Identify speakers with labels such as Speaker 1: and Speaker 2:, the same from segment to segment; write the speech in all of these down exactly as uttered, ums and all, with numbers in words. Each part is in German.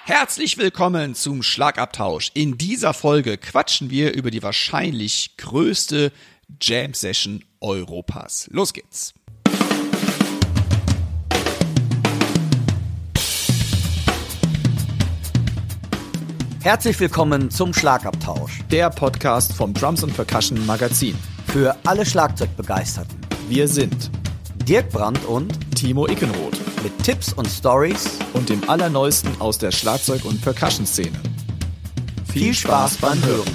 Speaker 1: Herzlich willkommen zum Schlagabtausch. In dieser Folge quatschen wir über die wahrscheinlich größte Jam-Session Europas. Los geht's.
Speaker 2: Herzlich willkommen zum Schlagabtausch.
Speaker 1: Der Podcast vom Drums and Percussion Magazin.
Speaker 2: Für alle Schlagzeugbegeisterten.
Speaker 1: Wir sind
Speaker 2: Dirk Brandt und
Speaker 1: Timo Ickenroth.
Speaker 2: Mit Tipps und Stories
Speaker 1: und dem Allerneuesten aus der Schlagzeug- und Percussion-Szene.
Speaker 2: Viel, Viel Spaß beim Hören.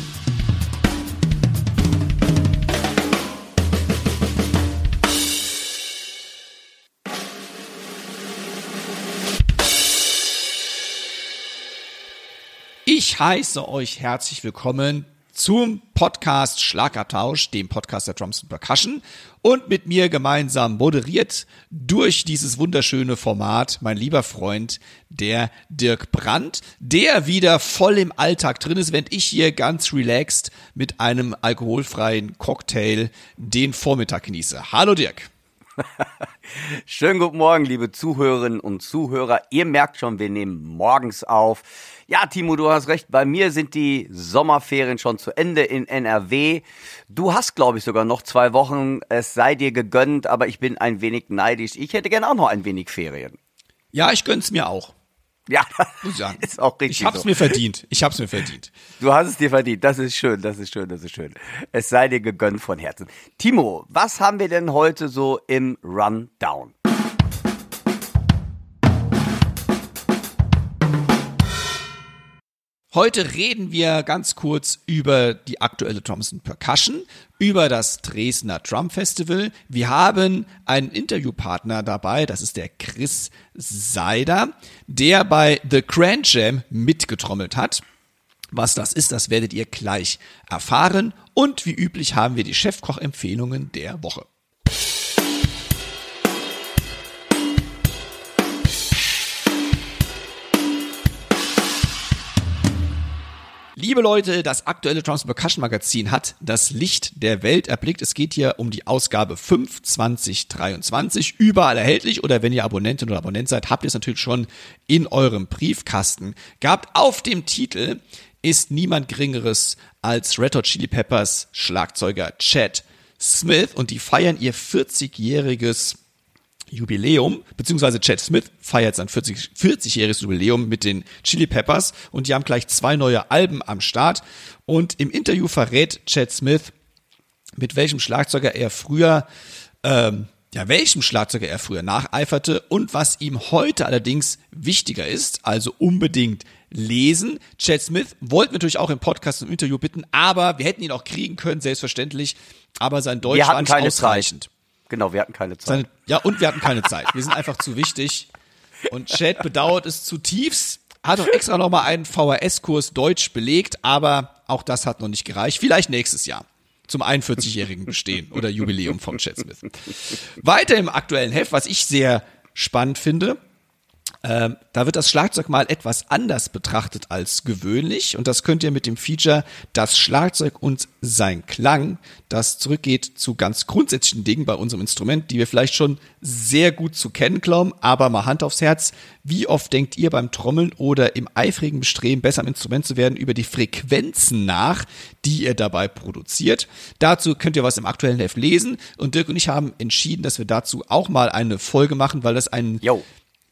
Speaker 1: Ich heiße euch herzlich willkommen zum Podcast Schlagabtausch, dem Podcast der Drums and Percussion, und mit mir gemeinsam moderiert durch dieses wunderschöne Format mein lieber Freund, der Dirk Brandt, der wieder voll im Alltag drin ist, während ich hier ganz relaxed mit einem alkoholfreien Cocktail den Vormittag genieße. Hallo Dirk.
Speaker 2: Schönen guten Morgen, liebe Zuhörerinnen und Zuhörer. Ihr merkt schon, wir nehmen morgens auf. Ja, Timo, du hast recht. Bei mir sind die Sommerferien schon zu Ende in N R W. Du hast, glaube ich, sogar noch zwei Wochen. Es sei dir gegönnt, aber ich bin ein wenig neidisch. Ich hätte gerne auch noch ein wenig Ferien.
Speaker 1: Ja, ich gönn's mir auch.
Speaker 2: Ja,
Speaker 1: muss ich sagen.
Speaker 2: Ist auch richtig.
Speaker 1: Ich hab's
Speaker 2: so.
Speaker 1: mir verdient. Ich hab's mir verdient.
Speaker 2: Du hast es dir verdient. Das ist schön, das ist schön, das ist schön. Es sei dir gegönnt von Herzen. Timo, was haben wir denn heute so im Rundown?
Speaker 1: Heute reden wir ganz kurz über die aktuelle Drums and Percussion, über das Dresdner Drum Festival. Wir haben einen Interviewpartner dabei, das ist der Chris Seider, der bei The Grand Jam mitgetrommelt hat. Was das ist, das werdet ihr gleich erfahren. Und wie üblich haben wir die Chefkoch-Empfehlungen der Woche. Liebe Leute, das aktuelle Drums and Percussion Magazin hat das Licht der Welt erblickt. Es geht hier um die Ausgabe fünf zwanzig dreiundzwanzig, überall erhältlich, oder wenn ihr Abonnentin oder Abonnent seid, habt ihr es natürlich schon in eurem Briefkasten gehabt. Auf dem Titel ist niemand Geringeres als Red Hot Chili Peppers Schlagzeuger Chad Smith, und die feiern ihr vierzigjähriges Jubiläum, beziehungsweise Chad Smith feiert sein vierzig, vierzigjähriges Jubiläum mit den Chili Peppers, und die haben gleich zwei neue Alben am Start. Und im Interview verrät Chad Smith, mit welchem Schlagzeuger er früher, ähm, ja, welchem Schlagzeuger er früher nacheiferte und was ihm heute allerdings wichtiger ist, also unbedingt lesen. Chad Smith wollten wir natürlich auch im Podcast im Interview bitten, aber wir hätten ihn auch kriegen können, selbstverständlich, aber sein Deutsch war nicht ausreichend.
Speaker 2: Zeit. Genau, wir hatten keine Zeit.
Speaker 1: Seine, ja, und wir hatten keine Zeit. Wir sind einfach zu wichtig. Und Chad bedauert es zutiefst. Hat auch extra nochmal einen V H S-Kurs Deutsch belegt, aber auch das hat noch nicht gereicht. Vielleicht nächstes Jahr. Zum einundvierzigjährigen Bestehen oder Jubiläum von Chad Smith. Weiter im aktuellen Heft, was ich sehr spannend finde. Ähm, da wird das Schlagzeug mal etwas anders betrachtet als gewöhnlich, und das könnt ihr mit dem Feature Das Schlagzeug und sein Klang, das zurückgeht zu ganz grundsätzlichen Dingen bei unserem Instrument, die wir vielleicht schon sehr gut zu kennen glauben, aber mal Hand aufs Herz, wie oft denkt ihr beim Trommeln oder im eifrigen Bestreben, besser am Instrument zu werden, über die Frequenzen nach, die ihr dabei produziert? Dazu könnt ihr was im aktuellen Heft lesen, und Dirk und ich haben entschieden, dass wir dazu auch mal eine Folge machen, weil das ein
Speaker 2: Yo.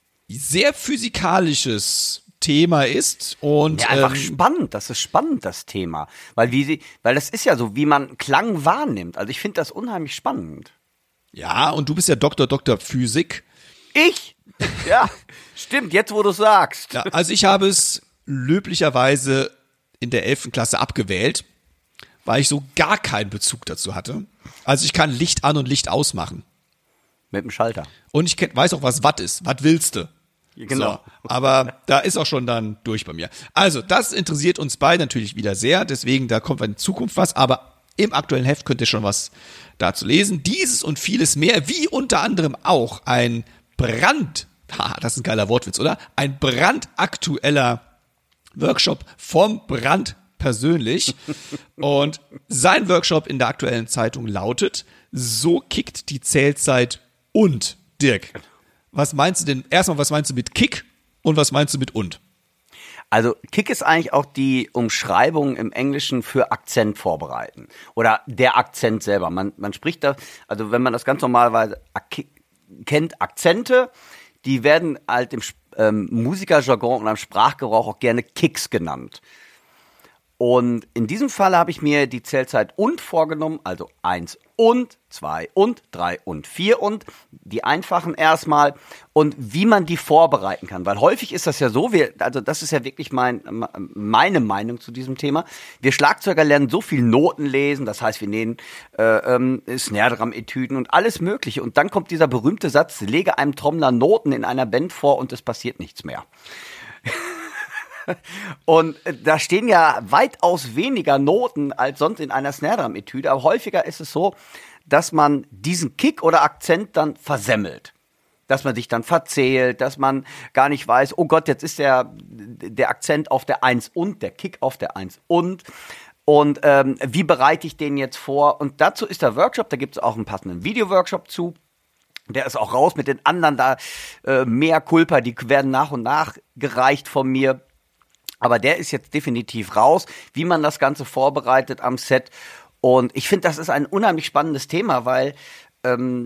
Speaker 1: sehr physikalisches Thema ist und
Speaker 2: ja, einfach
Speaker 1: ähm,
Speaker 2: spannend, das ist spannend, das Thema, weil wie sie, weil das ist ja so, wie man Klang wahrnimmt. Also ich finde das unheimlich spannend.
Speaker 1: Ja, und du bist ja Doktor, Doktor Physik.
Speaker 2: Ich? Ja, stimmt, jetzt wo du sagst.
Speaker 1: Ja, also ich habe es löblicherweise in der elften Klasse abgewählt, weil ich so gar keinen Bezug dazu hatte. Also ich kann Licht an und Licht ausmachen.
Speaker 2: Mit dem Schalter.
Speaker 1: Und ich kenn, weiß auch, was Watt ist. Was willst du?
Speaker 2: Genau.
Speaker 1: So, aber da ist auch schon dann durch bei mir. Also, das interessiert uns beide natürlich wieder sehr. Deswegen, da kommt in Zukunft was. Aber im aktuellen Heft könnt ihr schon was dazu lesen. Dieses und vieles mehr, wie unter anderem auch ein Brand, haha, das ist ein geiler Wortwitz, oder? Ein brandaktueller Workshop vom Brand persönlich. Und sein Workshop in der aktuellen Zeitung lautet: So kickt die Zählzeit. Und, Dirk, was meinst du denn, erstmal, was meinst du mit Kick und was meinst du mit und?
Speaker 2: Also Kick ist eigentlich auch die Umschreibung im Englischen für Akzent vorbereiten oder der Akzent selber. Man, man spricht da, also wenn man das ganz normalerweise ak- kennt, Akzente, die werden halt im ähm, Musikerjargon und am Sprachgebrauch auch gerne Kicks genannt. Und in diesem Fall habe ich mir die Zählzeit und vorgenommen, also eins und, zwei und, drei und, vier und, die einfachen erstmal und wie man die vorbereiten kann. Weil häufig ist das ja so, wir, also das ist ja wirklich mein, meine Meinung zu diesem Thema. Wir Schlagzeuger lernen so viel Noten lesen, das heißt, wir nehmen äh, ähm, Snare-Drum-Etüden und alles Mögliche. Und dann kommt dieser berühmte Satz, lege einem Trommler Noten in einer Band vor und es passiert nichts mehr. Und da stehen ja weitaus weniger Noten als sonst in einer Snare-Drum-Etüde, aber häufiger ist es so, dass man diesen Kick oder Akzent dann versemmelt. Dass man sich dann verzählt, dass man gar nicht weiß, oh Gott, jetzt ist der, der Akzent auf der eins und, der Kick auf der eins und. Und ähm, wie bereite ich den jetzt vor? Und dazu ist der Workshop, da gibt es auch einen passenden Video-Workshop zu. Der ist auch raus mit den anderen da, äh, mehr Culpa, die werden nach und nach gereicht von mir. Aber der ist jetzt definitiv raus, wie man das Ganze vorbereitet am Set. Und ich finde, das ist ein unheimlich spannendes Thema, weil, ähm,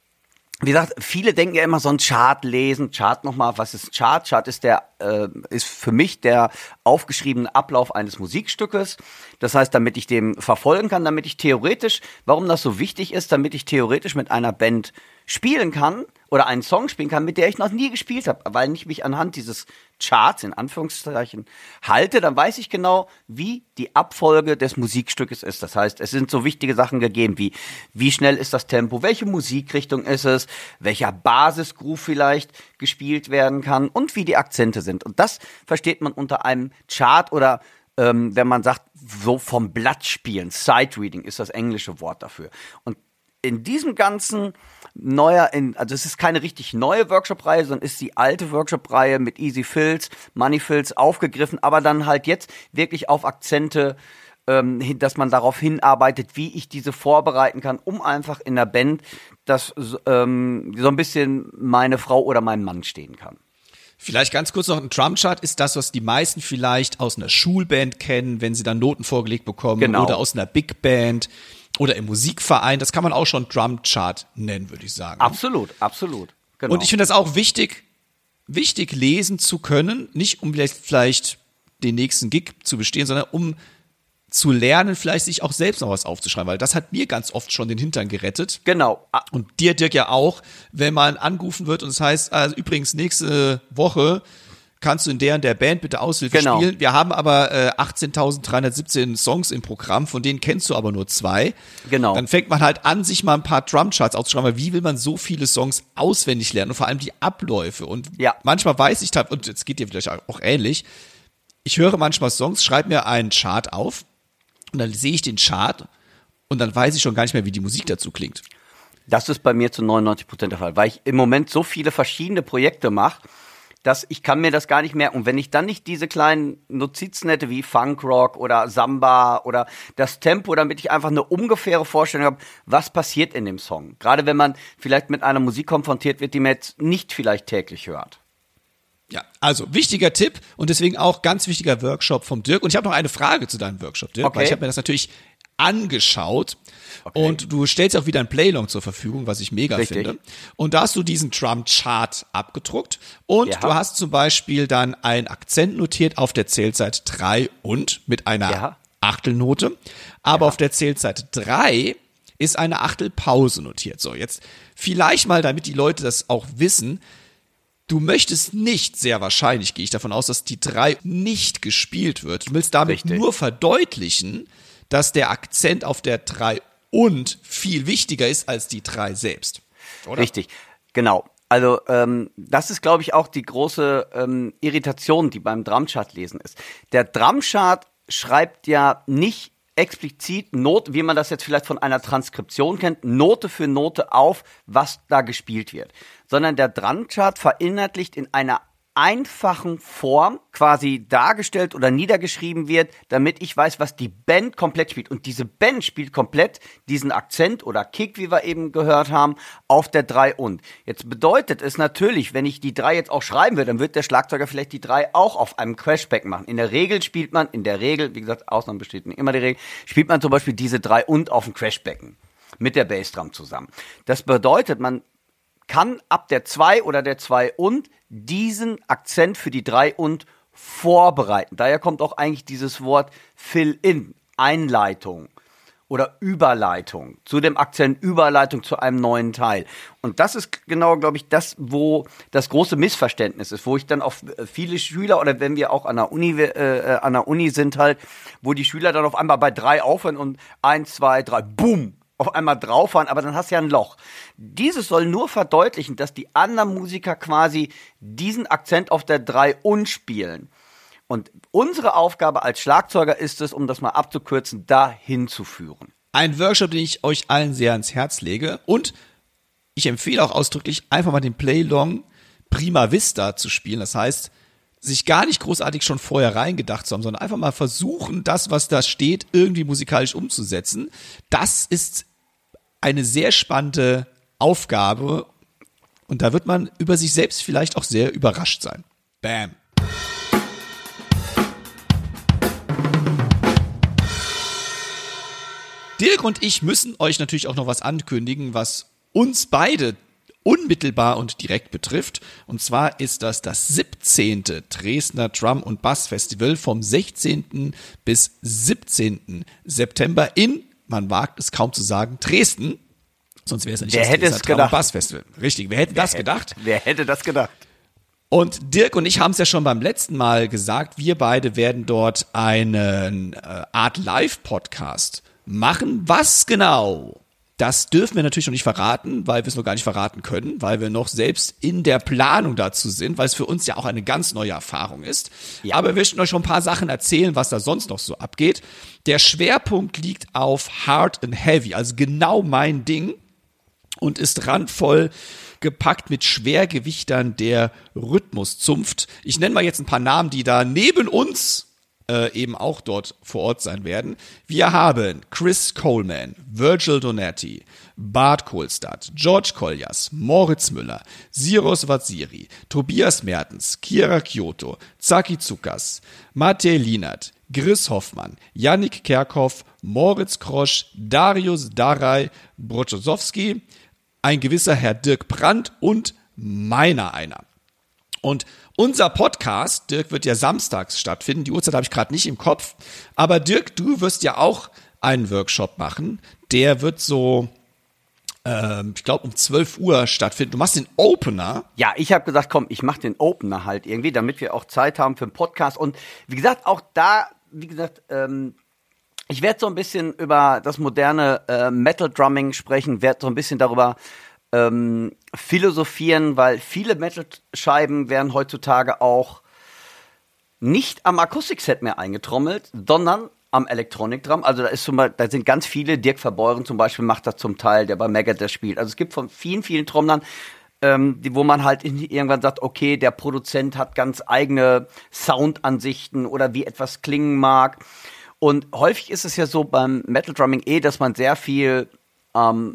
Speaker 2: wie gesagt, viele denken ja immer so ein Chart lesen. Chart nochmal, was ist Chart? Chart ist der, äh, ist für mich der aufgeschriebene Ablauf eines Musikstückes. Das heißt, damit ich dem verfolgen kann, damit ich theoretisch, warum das so wichtig ist, damit ich theoretisch mit einer Band spielen kann oder einen Song spielen kann, mit der ich noch nie gespielt habe, weil ich mich anhand dieses Charts in Anführungszeichen halte, dann weiß ich genau, wie die Abfolge des Musikstückes ist. Das heißt, es sind so wichtige Sachen gegeben wie, wie schnell ist das Tempo, welche Musikrichtung ist es, welcher Basisgroove vielleicht gespielt werden kann und wie die Akzente sind. Und das versteht man unter einem Chart oder ähm, wenn man sagt, so vom Blatt spielen, Sight-Reading ist das englische Wort dafür. Und in diesem ganzen neuer, in, also es ist keine richtig neue Workshop-Reihe, sondern ist die alte Workshop-Reihe mit Easy Fills, Money Fills aufgegriffen, aber dann halt jetzt wirklich auf Akzente, ähm, dass man darauf hinarbeitet, wie ich diese vorbereiten kann, um einfach in der Band, dass ähm, so ein bisschen meine Frau oder mein Mann stehen kann.
Speaker 1: Vielleicht ganz kurz noch, ein Drumchart ist das, was die meisten vielleicht aus einer Schulband kennen, wenn sie dann Noten vorgelegt bekommen,
Speaker 2: genau.
Speaker 1: Oder aus einer Big Band oder im Musikverein. Das kann man auch schon Drumchart nennen, würde ich sagen.
Speaker 2: Absolut, absolut. Genau.
Speaker 1: Und ich finde das auch wichtig, wichtig lesen zu können, nicht um vielleicht, vielleicht den nächsten Gig zu bestehen, sondern um zu lernen, vielleicht sich auch selbst noch was aufzuschreiben, weil das hat mir ganz oft schon den Hintern gerettet.
Speaker 2: Genau.
Speaker 1: Und dir, Dirk, ja auch, wenn man angerufen wird und es heißt, also übrigens nächste Woche kannst du in der und der Band bitte Aushilfe
Speaker 2: genau.
Speaker 1: spielen. Wir haben aber äh, achtzehntausenddreihundertsiebzehn Songs im Programm, von denen kennst du aber nur zwei.
Speaker 2: Genau.
Speaker 1: Dann fängt man halt an, sich mal ein paar Drumcharts aufzuschreiben, weil wie will man so viele Songs auswendig lernen und vor allem die Abläufe. Und
Speaker 2: ja.
Speaker 1: manchmal weiß ich, und es geht dir vielleicht auch ähnlich, ich höre manchmal Songs, schreibe mir einen Chart auf und dann sehe ich den Chart und dann weiß ich schon gar nicht mehr, wie die Musik dazu klingt.
Speaker 2: Das ist bei mir zu neunundneunzig Prozent der Fall, weil ich im Moment so viele verschiedene Projekte mache, dass ich kann mir das gar nicht merken. Und wenn ich dann nicht diese kleinen Notizen hätte wie Funkrock oder Samba oder das Tempo, damit ich einfach eine ungefähre Vorstellung habe, was passiert in dem Song. Gerade wenn man vielleicht mit einer Musik konfrontiert wird, die man jetzt nicht vielleicht täglich hört.
Speaker 1: Ja, also wichtiger Tipp und deswegen auch ganz wichtiger Workshop vom Dirk. Und ich habe noch eine Frage zu deinem Workshop, Dirk,
Speaker 2: okay.
Speaker 1: weil ich habe mir das natürlich angeschaut. Okay. Und du stellst auch wieder ein Playlong zur Verfügung, was ich mega
Speaker 2: Richtig.
Speaker 1: finde. Und da hast du diesen Drum-Chart abgedruckt und
Speaker 2: ja.
Speaker 1: du hast zum Beispiel dann einen Akzent notiert auf der Zählzeit drei und mit einer
Speaker 2: ja.
Speaker 1: Achtelnote. Aber
Speaker 2: ja.
Speaker 1: auf der Zählzeit drei ist eine Achtelpause notiert. So, jetzt vielleicht mal, damit die Leute das auch wissen, du möchtest nicht, sehr wahrscheinlich gehe ich davon aus, dass die drei nicht gespielt wird. Du willst damit
Speaker 2: Richtig.
Speaker 1: nur verdeutlichen, dass der Akzent auf der drei und viel wichtiger ist als die drei selbst, oder?
Speaker 2: Richtig, genau. Also ähm, das ist, glaube ich, auch die große ähm, Irritation, die beim Drumchart lesen ist. Der Drumchart schreibt ja nicht explizit Note, wie man das jetzt vielleicht von einer Transkription kennt, Note für Note auf, was da gespielt wird. Sondern der Drumchart verinhaltlicht in einer einfachen Form quasi dargestellt oder niedergeschrieben wird, damit ich weiß, was die Band komplett spielt. Und diese Band spielt komplett diesen Akzent oder Kick, wie wir eben gehört haben, auf der drei und. Jetzt bedeutet es natürlich, wenn ich die drei jetzt auch schreiben würde, dann wird der Schlagzeuger vielleicht die drei auch auf einem Crashback machen. In der Regel spielt man, in der Regel, wie gesagt, Ausnahmen besteht nicht immer die Regel, spielt man zum Beispiel diese drei und auf dem Crashbecken mit der Bassdrum zusammen. Das bedeutet, man kann ab der zwei oder der zwei und diesen Akzent für die drei und vorbereiten. Daher kommt auch eigentlich dieses Wort Fill-in, Einleitung oder Überleitung, zu dem Akzent Überleitung zu einem neuen Teil. Und das ist genau, glaube ich, das, wo das große Missverständnis ist, wo ich dann auch viele Schüler oder wenn wir auch an der Uni, äh, an der Uni sind halt, wo die Schüler dann auf einmal bei drei aufhören und eins, zwei, drei, boom, auf einmal drauffahren, aber dann hast du ja ein Loch. Dieses soll nur verdeutlichen, dass die anderen Musiker quasi diesen Akzent auf der drei und spielen. Und unsere Aufgabe als Schlagzeuger ist es, um das mal abzukürzen, dahin zu führen.
Speaker 1: Ein Workshop, den ich euch allen sehr ans Herz lege, und ich empfehle auch ausdrücklich, einfach mal den Playlong Prima Vista zu spielen. Das heißt, sich gar nicht großartig schon vorher reingedacht zu haben, sondern einfach mal versuchen, das, was da steht, irgendwie musikalisch umzusetzen. Das ist eine sehr spannende Aufgabe und da wird man über sich selbst vielleicht auch sehr überrascht sein. Bam. Dirk und ich müssen euch natürlich auch noch was ankündigen, was uns beide unmittelbar und direkt betrifft. Und zwar ist das das siebzehnte Dresdner Drum- und Bass-Festival vom sechzehnten bis siebzehnten September in, man wagt es kaum zu sagen, Dresden. Sonst wäre es ja nicht
Speaker 2: wer
Speaker 1: das
Speaker 2: hätte
Speaker 1: Dresdner
Speaker 2: es
Speaker 1: Drum-
Speaker 2: gedacht?
Speaker 1: und Bass-Festival. Richtig, wer hätte
Speaker 2: wer
Speaker 1: das
Speaker 2: hätte,
Speaker 1: gedacht?
Speaker 2: Wer hätte das gedacht?
Speaker 1: Und Dirk und ich haben es ja schon beim letzten Mal gesagt, wir beide werden dort einen äh, Art Live-Podcast machen. Was genau? Das dürfen wir natürlich noch nicht verraten, weil wir es noch gar nicht verraten können, weil wir noch selbst in der Planung dazu sind, weil es für uns ja auch eine ganz neue Erfahrung ist. Ja. Aber wir möchten euch schon ein paar Sachen erzählen, was da sonst noch so abgeht. Der Schwerpunkt liegt auf Hard and Heavy, also genau mein Ding, und ist randvoll gepackt mit Schwergewichtern der Rhythmuszunft. Ich nenne mal jetzt ein paar Namen, die da neben uns Äh, eben auch dort vor Ort sein werden. Wir haben Chris Coleman, Virgil Donati, Bart Kohlstadt, George Koljas, Moritz Müller, Siros Vaziri, Tobias Mertens, Kira Kyoto, Zaki Zukas, Matej Linert, Chris Hoffmann, Yannick Kerkhoff, Moritz Krosch, Darius Daraj Broczowski, ein gewisser Herr Dirk Brandt und meiner einer. Und unser Podcast, Dirk, wird ja samstags stattfinden. Die Uhrzeit habe ich gerade nicht im Kopf. Aber Dirk, du wirst ja auch einen Workshop machen. Der wird so, ähm, ich glaube, um zwölf Uhr stattfinden. Du machst den Opener.
Speaker 2: Ja, ich habe gesagt, komm, ich mache den Opener halt irgendwie, damit wir auch Zeit haben für den Podcast. Und wie gesagt, auch da, wie gesagt, ähm, ich werde so ein bisschen über das moderne äh, Metal-Drumming sprechen, werde so ein bisschen darüber Ähm, philosophieren, weil viele Metal-Scheiben werden heutzutage auch nicht am Akustikset mehr eingetrommelt, sondern am Electronic Drum. Also da ist zum Beispiel, da sind ganz viele, Dirk Verbeuren zum Beispiel macht das zum Teil, der bei Megadeth spielt. Also es gibt von vielen, vielen Trommlern, ähm, die, wo man halt irgendwann sagt, okay, der Produzent hat ganz eigene Soundansichten oder wie etwas klingen mag. Und häufig ist es ja so beim Metal Drumming eh, dass man sehr viel ähm,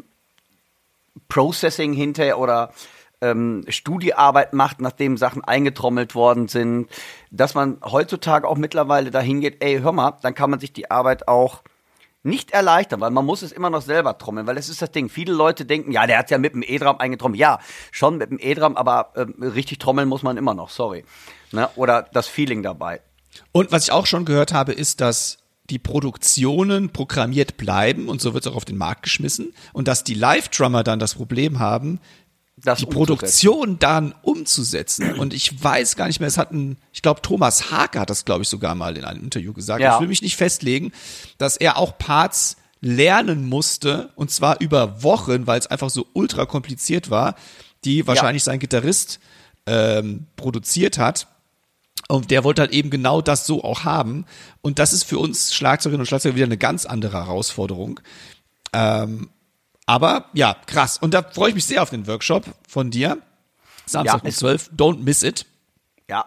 Speaker 2: Processing hinterher oder ähm, Studiearbeit macht, nachdem Sachen eingetrommelt worden sind, dass man heutzutage auch mittlerweile dahin geht, ey, hör mal, dann kann man sich die Arbeit auch nicht erleichtern, weil man muss es immer noch selber trommeln, weil das ist das Ding. Viele Leute denken, ja, der hat ja mit dem E-Drum eingetrommelt. Ja, schon mit dem E-Drum, aber äh, richtig trommeln muss man immer noch, sorry. Ne? Oder das Feeling dabei.
Speaker 1: Und was ich auch schon gehört habe, ist, dass die Produktionen programmiert bleiben und so wird es auch auf den Markt geschmissen und dass die Live-Drummer dann das Problem haben, das die Produktion dann umzusetzen. Und ich weiß gar nicht mehr, es hat ein, ich glaube Thomas Hake hat das, glaube ich, sogar mal in einem Interview gesagt, ja. Ich will mich nicht festlegen, dass er auch Parts lernen musste und zwar über Wochen, weil es einfach so ultra kompliziert war, die wahrscheinlich ja. sein Gitarrist ähm, produziert hat. Und der wollte halt eben genau das so auch haben. Und das ist für uns Schlagzeugerinnen und Schlagzeuger wieder eine ganz andere Herausforderung. Ähm, aber ja, krass. Und da freue ich mich sehr auf den Workshop von dir. Samstag um zwölf. Don't miss it.
Speaker 2: Ja,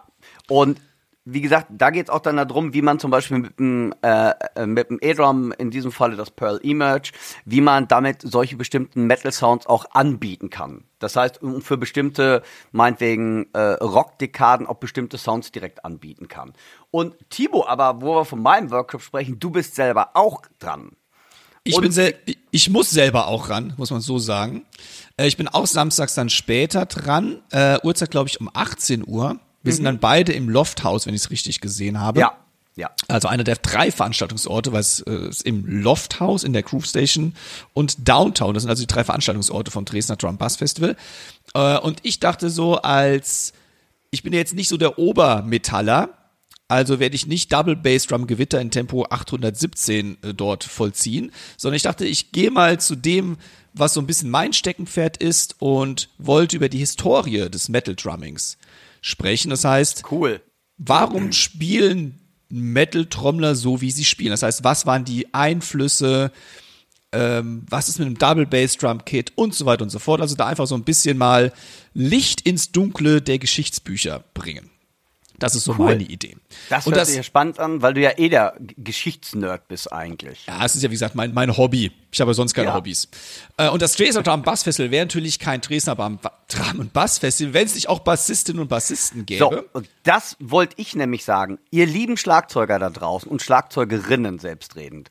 Speaker 2: Und wie gesagt, da geht es auch dann darum, wie man zum Beispiel mit dem, äh, mit dem E-Drum, in diesem Falle das Pearl E-Merge, wie man damit solche bestimmten Metal-Sounds auch anbieten kann. Das heißt, um für bestimmte, meinetwegen äh, Rock-Dekaden auch bestimmte Sounds direkt anbieten kann. Und Thibaut, aber wo wir von meinem Workshop sprechen, du bist selber auch dran.
Speaker 1: Ich bin sel- ich muss selber auch ran, muss man so sagen. Äh, ich bin auch samstags dann später dran, äh, Uhrzeit glaube ich um achtzehn Uhr. Wir sind dann beide im Lofthaus, wenn ich es richtig gesehen habe.
Speaker 2: Ja, ja.
Speaker 1: Also einer der drei Veranstaltungsorte, weil es äh, ist im Lofthaus in der Groove Station und Downtown. Das sind also die drei Veranstaltungsorte vom Dresdner Drum Bass Festival. Äh, und ich dachte so, als ich bin ja jetzt nicht so der Obermetaller, also werde ich nicht Double Bass Drum Gewitter in Tempo achthundertsiebzehn äh, dort vollziehen, sondern ich dachte, ich gehe mal zu dem, was so ein bisschen mein Steckenpferd ist und wollte über die Historie des Metal Drummings sprechen. Das heißt,
Speaker 2: cool.
Speaker 1: Warum spielen Metal-Trommler so, wie sie spielen? Das heißt, was waren die Einflüsse, ähm, was ist mit einem Double-Bass-Drum-Kit und so weiter und so fort. Also da einfach so ein bisschen mal Licht ins Dunkle der Geschichtsbücher bringen. Das ist so
Speaker 2: cool.
Speaker 1: meine Idee.
Speaker 2: Das
Speaker 1: und
Speaker 2: hört
Speaker 1: das,
Speaker 2: sich ja spannend an, weil du ja eh der G- Geschichtsnerd bist eigentlich.
Speaker 1: Ja, es ist ja, wie gesagt, mein, mein Hobby. Ich habe sonst keine
Speaker 2: Ja.
Speaker 1: Hobbys. Äh, und das Dresdner Drum Bass Festival wäre natürlich kein Dresdner Drum und Bass Festival, wenn es nicht auch Bassistinnen und Bassisten gäbe.
Speaker 2: So, und das wollte ich nämlich sagen. Ihr lieben Schlagzeuger da draußen und Schlagzeugerinnen selbstredend.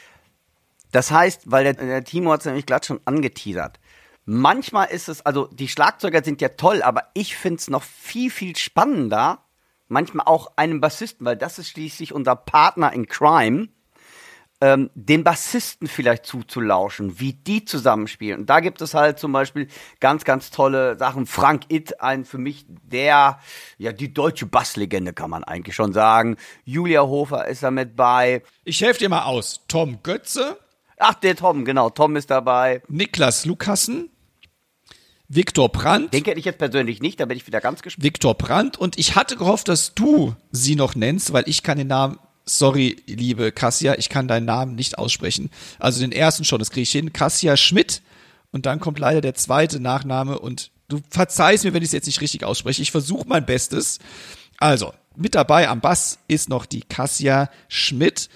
Speaker 2: Das heißt, weil der, der Timo hat es nämlich gerade schon angeteasert. Manchmal ist es, also die Schlagzeuger sind ja toll, aber ich finde es noch viel, viel spannender, manchmal auch einen Bassisten, weil das ist schließlich unser Partner in Crime, ähm, den Bassisten vielleicht zuzulauschen, wie die zusammenspielen. Und da gibt es halt zum Beispiel ganz, ganz tolle Sachen. Frank Itt, ein für mich der, ja, die deutsche Basslegende kann man eigentlich schon sagen. Julia Hofer ist da mit bei.
Speaker 1: Ich helfe dir mal aus. Tom Götze.
Speaker 2: Ach, der Tom, genau, Tom ist dabei.
Speaker 1: Niklas Lukassen. Viktor Brandt.
Speaker 2: Den kenne ich jetzt persönlich nicht, da bin ich wieder ganz gespannt.
Speaker 1: Viktor Brandt. Und ich hatte gehofft, dass du sie noch nennst, weil ich kann den Namen, sorry, liebe Kassia, ich kann deinen Namen nicht aussprechen. Also den ersten schon, das kriege ich hin. Kassia Schmidt. Und dann kommt leider der zweite Nachname. Und du verzeihst mir, wenn ich es jetzt nicht richtig ausspreche. Ich versuche mein Bestes. Also, mit dabei am Bass ist noch die Kassia Schmidt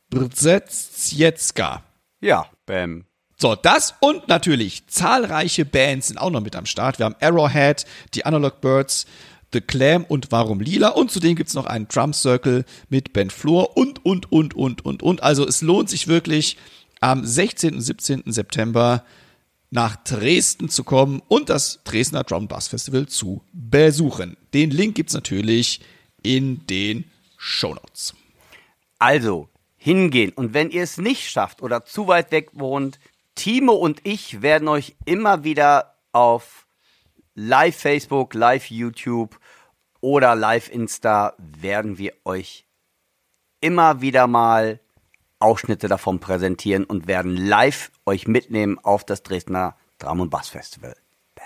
Speaker 1: Brzeziecka.
Speaker 2: Ja, bam.
Speaker 1: So, das und natürlich zahlreiche Bands sind auch noch mit am Start. Wir haben Arrowhead, die Analog Birds, The Clam und Warum Lila. Und zudem gibt's noch einen Drum Circle mit Ben Flor und, und, und, und, und, und. Also es lohnt sich wirklich, am sechzehnten und siebzehnten September nach Dresden zu kommen und das Dresdner Drum Bass Festival zu besuchen. Den Link gibt's natürlich in den Shownotes.
Speaker 2: Also, hingehen. Und wenn ihr es nicht schafft oder zu weit weg wohnt, Timo und ich werden euch immer wieder auf Live Facebook, Live YouTube oder Live Insta werden wir euch immer wieder mal Ausschnitte davon präsentieren und werden live euch mitnehmen auf das Dresdner Drum und Bass Festival. Bam.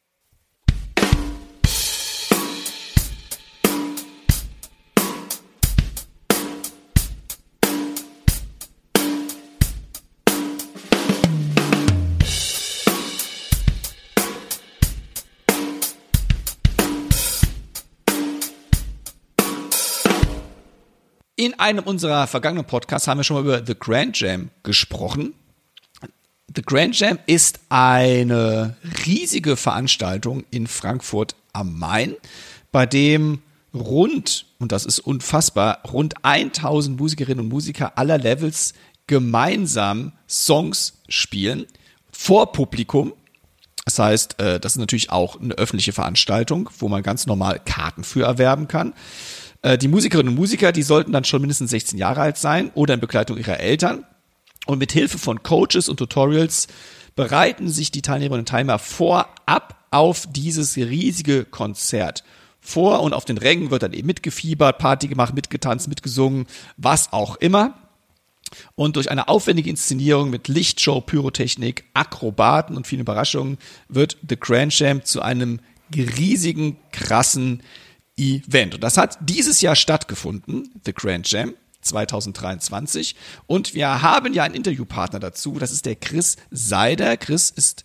Speaker 1: In einem unserer vergangenen Podcasts haben wir schon mal über The Grand Jam gesprochen. The Grand Jam ist eine riesige Veranstaltung in Frankfurt am Main, bei dem rund, und das ist unfassbar, rund tausend Musikerinnen und Musiker aller Levels gemeinsam Songs spielen, vor Publikum. Das heißt, das ist natürlich auch eine öffentliche Veranstaltung, wo man ganz normal Karten für erwerben kann. Die Musikerinnen und Musiker, die sollten dann schon mindestens sechzehn Jahre alt sein oder in Begleitung ihrer Eltern. Und mit Hilfe von Coaches und Tutorials bereiten sich die Teilnehmerinnen und Teilnehmer vorab auf dieses riesige Konzert vor. Und auf den Rängen wird dann eben mitgefiebert, Party gemacht, mitgetanzt, mitgesungen, was auch immer. Und durch eine aufwendige Inszenierung mit Lichtshow, Pyrotechnik, Akrobaten und vielen Überraschungen wird The Grand Jam zu einem riesigen, krassen Event. Und das hat dieses Jahr stattgefunden, The Grand Jam zwanzig dreiundzwanzig. Und wir haben ja einen Interviewpartner dazu, das ist der Chris Seider. Chris ist,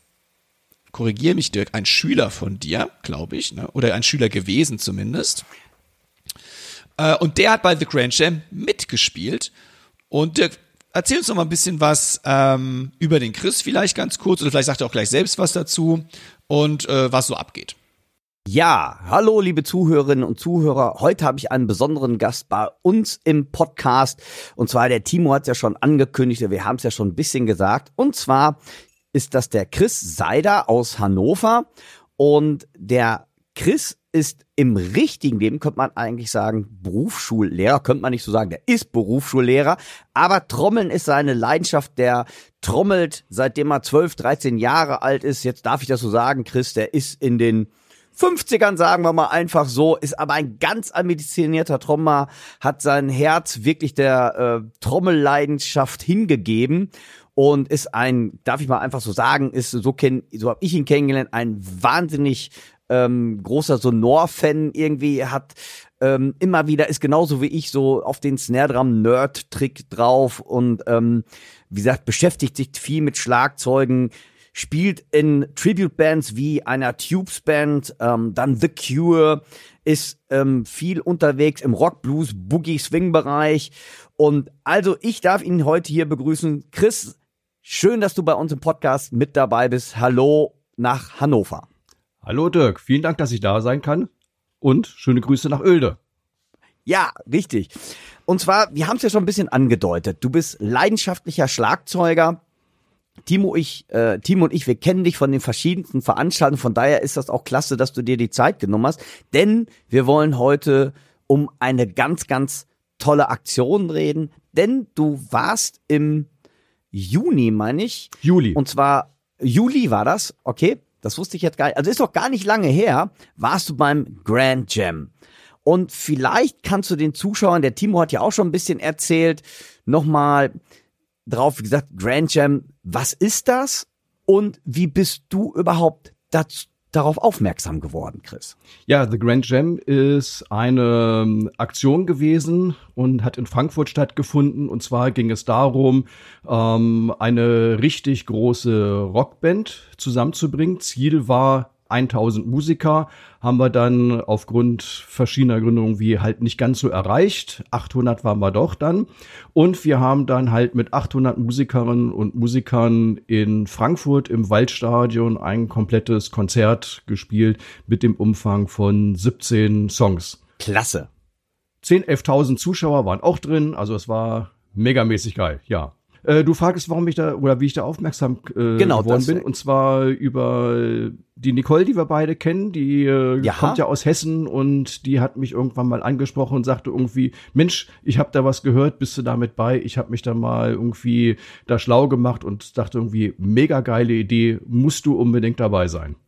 Speaker 1: korrigiere mich Dirk, ein Schüler von dir, glaube ich, ne? Oder ein Schüler gewesen zumindest. Äh, und der hat bei The Grand Jam mitgespielt. Und Dirk, erzähl uns noch mal ein bisschen was ähm, über den Chris vielleicht ganz kurz. Oder vielleicht sagt er auch gleich selbst was dazu und äh, was so abgeht.
Speaker 2: Ja, hallo liebe Zuhörerinnen und Zuhörer. Heute habe ich einen besonderen Gast bei uns im Podcast. Und zwar, der Timo hat es ja schon angekündigt, wir haben es ja schon ein bisschen gesagt. Und zwar ist das der Chris Seider aus Hannover. Und der Chris ist im richtigen Leben, könnte man eigentlich sagen, Berufsschullehrer, könnte man nicht so sagen, der ist Berufsschullehrer, aber Trommeln ist seine Leidenschaft, der trommelt, seitdem er zwölf, dreizehn Jahre alt ist. Jetzt darf ich das so sagen, Chris, der ist in den fünfzigern, sagen wir mal einfach so, ist aber ein ganz ambitionierter Trommler, hat sein Herz wirklich der äh, Trommelleidenschaft hingegeben und ist ein, darf ich mal einfach so sagen, ist so kenn, so habe ich ihn kennengelernt, ein wahnsinnig ähm, großer Sonor-Fan irgendwie, hat ähm, immer wieder, ist genauso wie ich so auf den Snare-Drum-Nerd-Trick drauf und ähm, wie gesagt, beschäftigt sich viel mit Schlagzeugen, spielt in Tribute-Bands wie einer Tubes-Band, ähm, dann The Cure, ist ähm, viel unterwegs im Rock, Blues, Boogie, Swing-Bereich. Und also ich darf ihn heute hier begrüßen. Chris, schön, dass du bei uns im Podcast mit dabei bist. Hallo nach Hannover.
Speaker 3: Hallo Dirk, vielen Dank, dass ich da sein kann. Und schöne Grüße nach Oelde.
Speaker 2: Ja, richtig. Und zwar, wir haben es ja schon ein bisschen angedeutet. Du bist leidenschaftlicher Schlagzeuger. Timo, ich, äh, Timo und ich, wir kennen dich von den verschiedensten Veranstaltungen, von daher ist das auch klasse, dass du dir die Zeit genommen hast, denn wir wollen heute um eine ganz, ganz tolle Aktion reden, denn du warst im Juni, meine ich.
Speaker 3: Juli.
Speaker 2: Und zwar, Juli war das, okay, das wusste ich jetzt gar nicht, also ist doch gar nicht lange her, warst du beim Grand Jam. Und vielleicht kannst du den Zuschauern, der Timo hat ja auch schon ein bisschen erzählt, nochmal drauf, wie gesagt, Grand Jam, was ist das und wie bist du überhaupt dazu, darauf aufmerksam geworden, Chris?
Speaker 3: Ja, The Grand Jam ist eine ähm, Aktion gewesen und hat in Frankfurt stattgefunden. Und zwar ging es darum, ähm, eine richtig große Rockband zusammenzubringen. Ziel war tausend Musiker, haben wir dann aufgrund verschiedener Gründungen wie halt nicht ganz so erreicht. achthundert waren wir doch dann. Und wir haben dann halt mit achthundert Musikerinnen und Musikern in Frankfurt im Waldstadion ein komplettes Konzert gespielt mit dem Umfang von siebzehn Songs.
Speaker 2: Klasse.
Speaker 3: zehntausend, elftausend Zuschauer waren auch drin, also es war megamäßig geil, ja. Du fragst, warum ich da oder wie ich da aufmerksam äh,
Speaker 2: genau,
Speaker 3: geworden bin. Und zwar über die Nicole, die wir beide kennen. Die äh, kommt ja aus Hessen und die hat mich irgendwann mal angesprochen und sagte irgendwie, Mensch, ich habe da was gehört, bist du da mit bei? Ich habe mich da mal irgendwie da schlau gemacht und dachte irgendwie, mega geile Idee, musst du unbedingt dabei sein.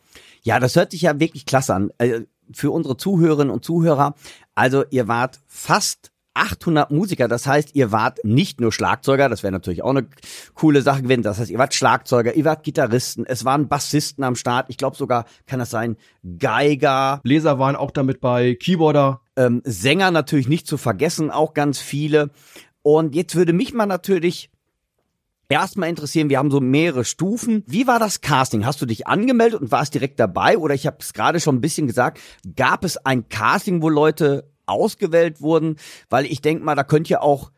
Speaker 2: Ja, das hört sich ja wirklich klasse an. Äh, für unsere Zuhörerinnen und Zuhörer, also ihr wart fast achthundert Musiker, das heißt, ihr wart nicht nur Schlagzeuger, das wäre natürlich auch eine coole Sache gewesen, das heißt, ihr wart Schlagzeuger, ihr wart Gitarristen, es waren Bassisten am Start, ich glaube sogar, kann das sein, Geiger.
Speaker 3: Bläser waren auch damit bei, Keyboarder.
Speaker 2: Ähm, Sänger natürlich nicht zu vergessen, auch ganz viele. Und jetzt würde mich mal natürlich erstmal interessieren, wir haben so mehrere Stufen. Wie war das Casting? Hast du dich angemeldet und warst direkt dabei? Oder ich habe es gerade schon ein bisschen gesagt, gab es ein Casting, wo Leute ausgewählt wurden, weil ich denke mal, da könnte ja auch,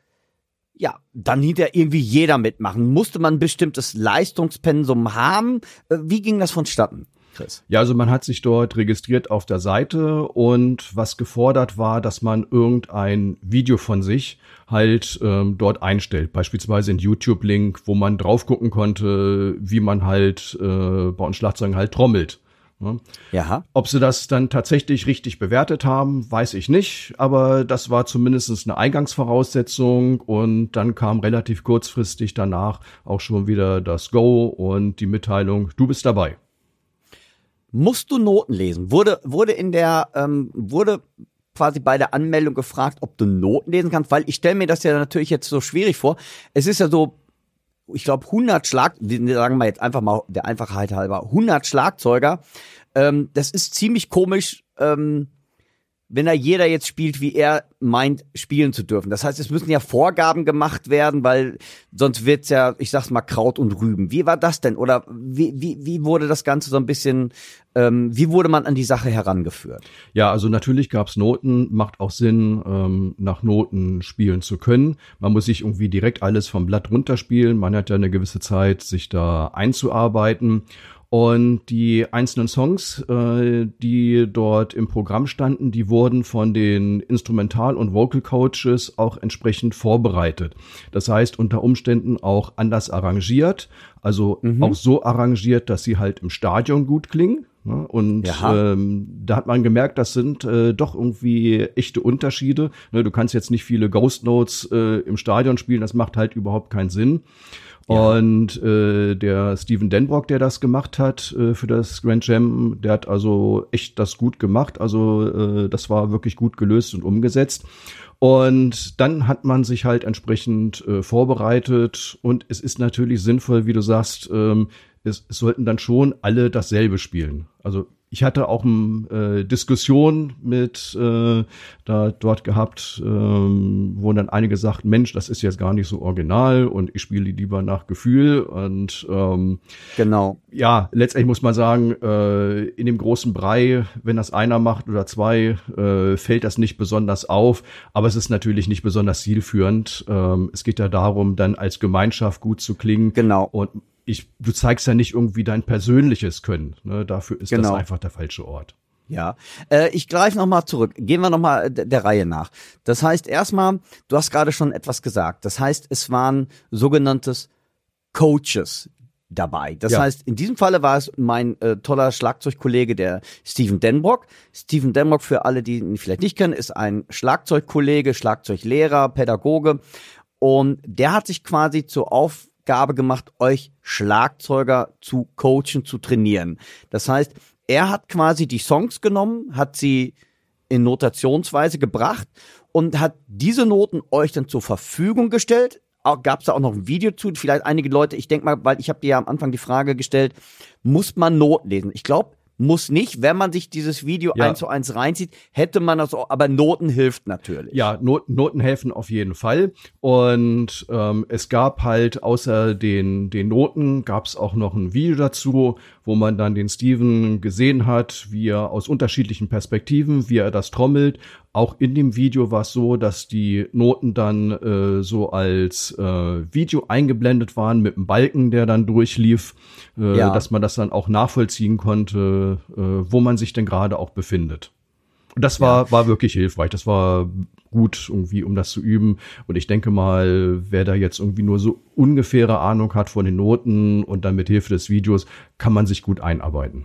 Speaker 2: ja, dann hinterher irgendwie jeder mitmachen. Musste man ein bestimmtes Leistungspensum haben? Wie ging das vonstatten, Chris?
Speaker 3: Ja, also man hat sich dort registriert auf der Seite und was gefordert war, dass man irgendein Video von sich halt ähm, dort einstellt. Beispielsweise ein YouTube-Link, wo man drauf gucken konnte, wie man halt äh, bei uns Schlagzeugen halt trommelt.
Speaker 2: Ja.
Speaker 3: Ob sie das dann tatsächlich richtig bewertet haben, weiß ich nicht, aber das war zumindest eine Eingangsvoraussetzung und dann kam relativ kurzfristig danach auch schon wieder das Go und die Mitteilung, du bist dabei.
Speaker 2: Musst du Noten lesen? Wurde, wurde in der, ähm, wurde quasi bei der Anmeldung gefragt, ob du Noten lesen kannst, weil ich stelle mir das ja natürlich jetzt so schwierig vor. Es ist ja so, ich glaube, hundert Schlag, sagen wir jetzt einfach mal der Einfachheit halber, hundert Schlagzeuger. Ähm, das ist ziemlich komisch, ähm, wenn da jeder jetzt spielt, wie er meint, spielen zu dürfen. Das heißt, es müssen ja Vorgaben gemacht werden, weil sonst wird's ja, ich sag's mal, Kraut und Rüben. Wie war das denn? Oder wie, wie, wie wurde das Ganze so ein bisschen, ähm, wie wurde man an die Sache herangeführt?
Speaker 3: Ja, also natürlich gab's Noten, macht auch Sinn, ähm, nach Noten spielen zu können. Man muss sich irgendwie direkt alles vom Blatt runterspielen. Man hat ja eine gewisse Zeit, sich da einzuarbeiten. Und die einzelnen Songs, äh, die dort im Programm standen, die wurden von den Instrumental- und Vocal Coaches auch entsprechend vorbereitet. Das heißt, unter Umständen auch anders arrangiert, also mhm. auch so arrangiert, dass sie halt im Stadion gut klingen. Ne? Und ähm, da hat man gemerkt, das sind äh, doch irgendwie echte Unterschiede. Ne? Du kannst jetzt nicht viele Ghost Notes äh, im Stadion spielen, das macht halt überhaupt keinen Sinn. Ja. Und äh, der Steven Denbrock, der das gemacht hat äh, für das Grand Jam, der hat also echt das gut gemacht. Also äh, das war wirklich gut gelöst und umgesetzt. Und dann hat man sich halt entsprechend äh, vorbereitet. Und es ist natürlich sinnvoll, wie du sagst, ähm, es, es sollten dann schon alle dasselbe spielen. Also ich hatte auch eine äh, Diskussion mit äh, da dort gehabt, ähm, wo dann einige sagten, Mensch, das ist jetzt gar nicht so original und ich spiele lieber nach Gefühl. Und ähm,
Speaker 2: genau.
Speaker 3: Ja, letztendlich muss man sagen, äh, in dem großen Brei, wenn das einer macht oder zwei, äh, fällt das nicht besonders auf. Aber es ist natürlich nicht besonders zielführend. Ähm, es geht ja darum, dann als Gemeinschaft gut zu klingen.
Speaker 2: Genau.
Speaker 3: Und Ich, du zeigst ja nicht irgendwie dein persönliches Können. Ne? Dafür ist
Speaker 2: genau.
Speaker 3: das einfach der falsche Ort.
Speaker 2: Ja, äh, ich greife nochmal zurück. Gehen wir nochmal der, der Reihe nach. Das heißt erstmal, du hast gerade schon etwas gesagt. Das heißt, es waren sogenanntes Coaches dabei. Das
Speaker 3: ja.
Speaker 2: heißt, in diesem Falle war es mein äh, toller Schlagzeugkollege, der Steven Denbrock. Steven Denbrock, für alle, die ihn vielleicht nicht kennen, ist ein Schlagzeugkollege, Schlagzeuglehrer, Pädagoge. Und der hat sich quasi zur Aufgabe Gabe gemacht, euch Schlagzeuger zu coachen, zu trainieren. Das heißt, er hat quasi die Songs genommen, hat sie in Notationsweise gebracht und hat diese Noten euch dann zur Verfügung gestellt. Gab es da auch noch ein Video zu? Vielleicht einige Leute, ich denke mal, weil ich habe dir ja am Anfang die Frage gestellt, muss man Noten lesen? Ich glaube, muss nicht, wenn man sich dieses Video ja. eins zu eins reinzieht, hätte man das auch, aber Noten hilft natürlich.
Speaker 3: Ja, Not, Noten helfen auf jeden Fall. Und ähm, es gab halt außer den, den Noten, gab es auch noch ein Video dazu, wo man dann den Steven gesehen hat, wie er aus unterschiedlichen Perspektiven, wie er das trommelt. Auch in dem Video war es so, dass die Noten dann äh, so als äh, Video eingeblendet waren mit einem Balken, der dann durchlief, äh, ja. dass man das dann auch nachvollziehen konnte, äh, wo man sich denn gerade auch befindet. Und das war ja. war wirklich hilfreich. Das war gut irgendwie, um das zu üben. Und ich denke mal, wer da jetzt irgendwie nur so ungefähre Ahnung hat von den Noten und dann mit Hilfe des Videos, kann man sich gut einarbeiten.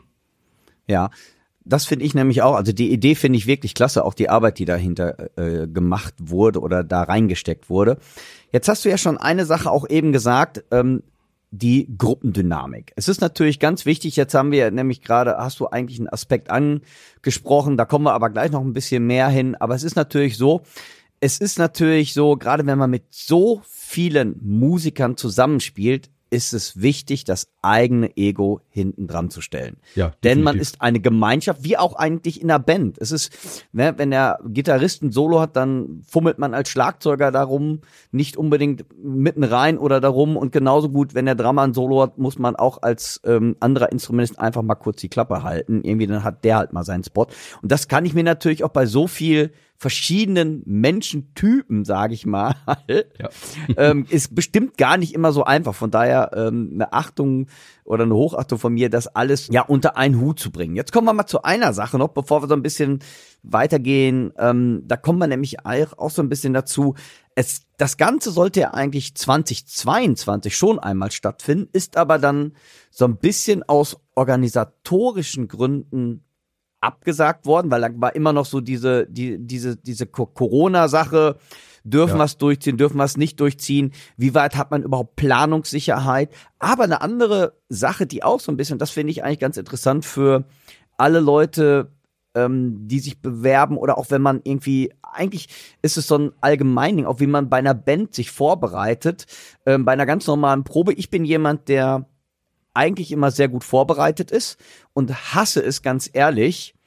Speaker 2: Ja. Das finde ich nämlich auch, also die Idee finde ich wirklich klasse, auch die Arbeit, die dahinter äh, gemacht wurde oder da reingesteckt wurde. Jetzt hast du ja schon eine Sache auch eben gesagt, ähm, die Gruppendynamik. Es ist natürlich ganz wichtig, jetzt haben wir nämlich gerade, hast du eigentlich einen Aspekt angesprochen, da kommen wir aber gleich noch ein bisschen mehr hin, aber es ist natürlich so, es ist natürlich so, gerade wenn man mit so vielen Musikern zusammenspielt, ist es wichtig, das eigene Ego hinten dran zu stellen.
Speaker 3: Ja,
Speaker 2: denn man ist eine Gemeinschaft, wie auch eigentlich in einer Band. Es ist, ne, wenn der Gitarrist ein Solo hat, dann fummelt man als Schlagzeuger darum, nicht unbedingt mitten rein oder darum. Und genauso gut, wenn der Drummer ein Solo hat, muss man auch als ähm, anderer Instrumentist einfach mal kurz die Klappe halten. Irgendwie, dann hat der halt mal seinen Spot. Und das kann ich mir natürlich auch bei so viel verschiedenen Menschentypen, sage ich mal, ja. ähm, ist bestimmt gar nicht immer so einfach. Von daher ähm, eine Achtung oder eine Hochachtung von mir, das alles ja unter einen Hut zu bringen. Jetzt kommen wir mal zu einer Sache noch, bevor wir so ein bisschen weitergehen. Ähm, da kommen wir nämlich auch, auch so ein bisschen dazu. Es, das Ganze sollte ja eigentlich zweitausendzweiundzwanzig schon einmal stattfinden, ist aber dann so ein bisschen aus organisatorischen Gründen abgesagt worden, weil da war immer noch so diese die diese diese Corona-Sache, dürfen
Speaker 3: ja.
Speaker 2: wir es durchziehen, dürfen wir es nicht durchziehen, wie weit hat man überhaupt Planungssicherheit, aber eine andere Sache, die auch so ein bisschen, das finde ich eigentlich ganz interessant für alle Leute, ähm, die sich bewerben oder auch wenn man irgendwie, eigentlich ist es so ein Allgemeinding, auch wie man bei einer Band sich vorbereitet, ähm, bei einer ganz normalen Probe. Ich bin jemand, der eigentlich immer sehr gut vorbereitet ist und hasse es ganz ehrlich,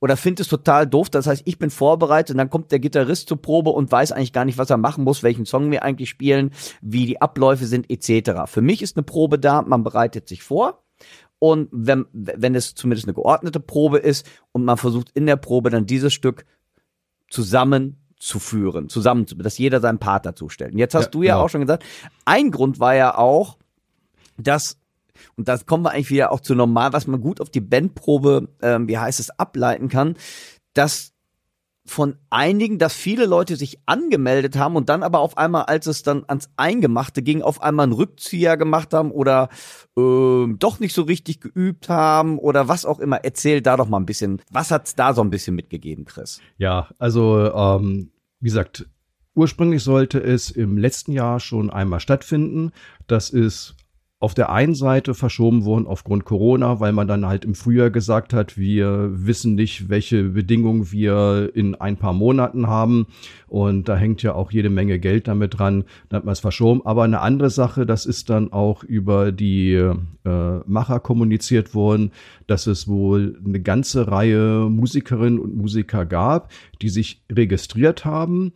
Speaker 2: oder finde es total doof. Das heißt, ich bin vorbereitet und dann kommt der Gitarrist zur Probe und weiß eigentlich gar nicht, was er machen muss, welchen Song wir eigentlich spielen, wie die Abläufe sind et cetera. Für mich ist eine Probe da, man bereitet sich vor und wenn, wenn es zumindest eine geordnete Probe ist und man versucht in der Probe dann dieses Stück zusammen zu führen, zusammen, dass jeder seinen Part dazu stellt. Und jetzt hast ja, du ja genau. auch schon gesagt, ein Grund war ja auch, dass, und das kommen wir eigentlich wieder auch zu normal, was man gut auf die Bandprobe, ähm, wie heißt es, ableiten kann, dass von einigen, dass viele Leute sich angemeldet haben und dann aber auf einmal, als es dann ans Eingemachte ging, auf einmal einen Rückzieher gemacht haben oder äh, doch nicht so richtig geübt haben oder was auch immer. Erzähl da doch mal ein bisschen, was hat's da so ein bisschen mitgegeben, Chris?
Speaker 3: Ja, also ähm, wie gesagt, ursprünglich sollte es im letzten Jahr schon einmal stattfinden. Das ist auf der einen Seite verschoben worden aufgrund Corona, weil man dann halt im Frühjahr gesagt hat, wir wissen nicht, welche Bedingungen wir in ein paar Monaten haben. Und da hängt ja auch jede Menge Geld damit dran. Dann hat man es verschoben. Aber eine andere Sache, das ist dann auch über die äh, Macher kommuniziert worden, dass es wohl eine ganze Reihe Musikerinnen und Musiker gab, die sich registriert haben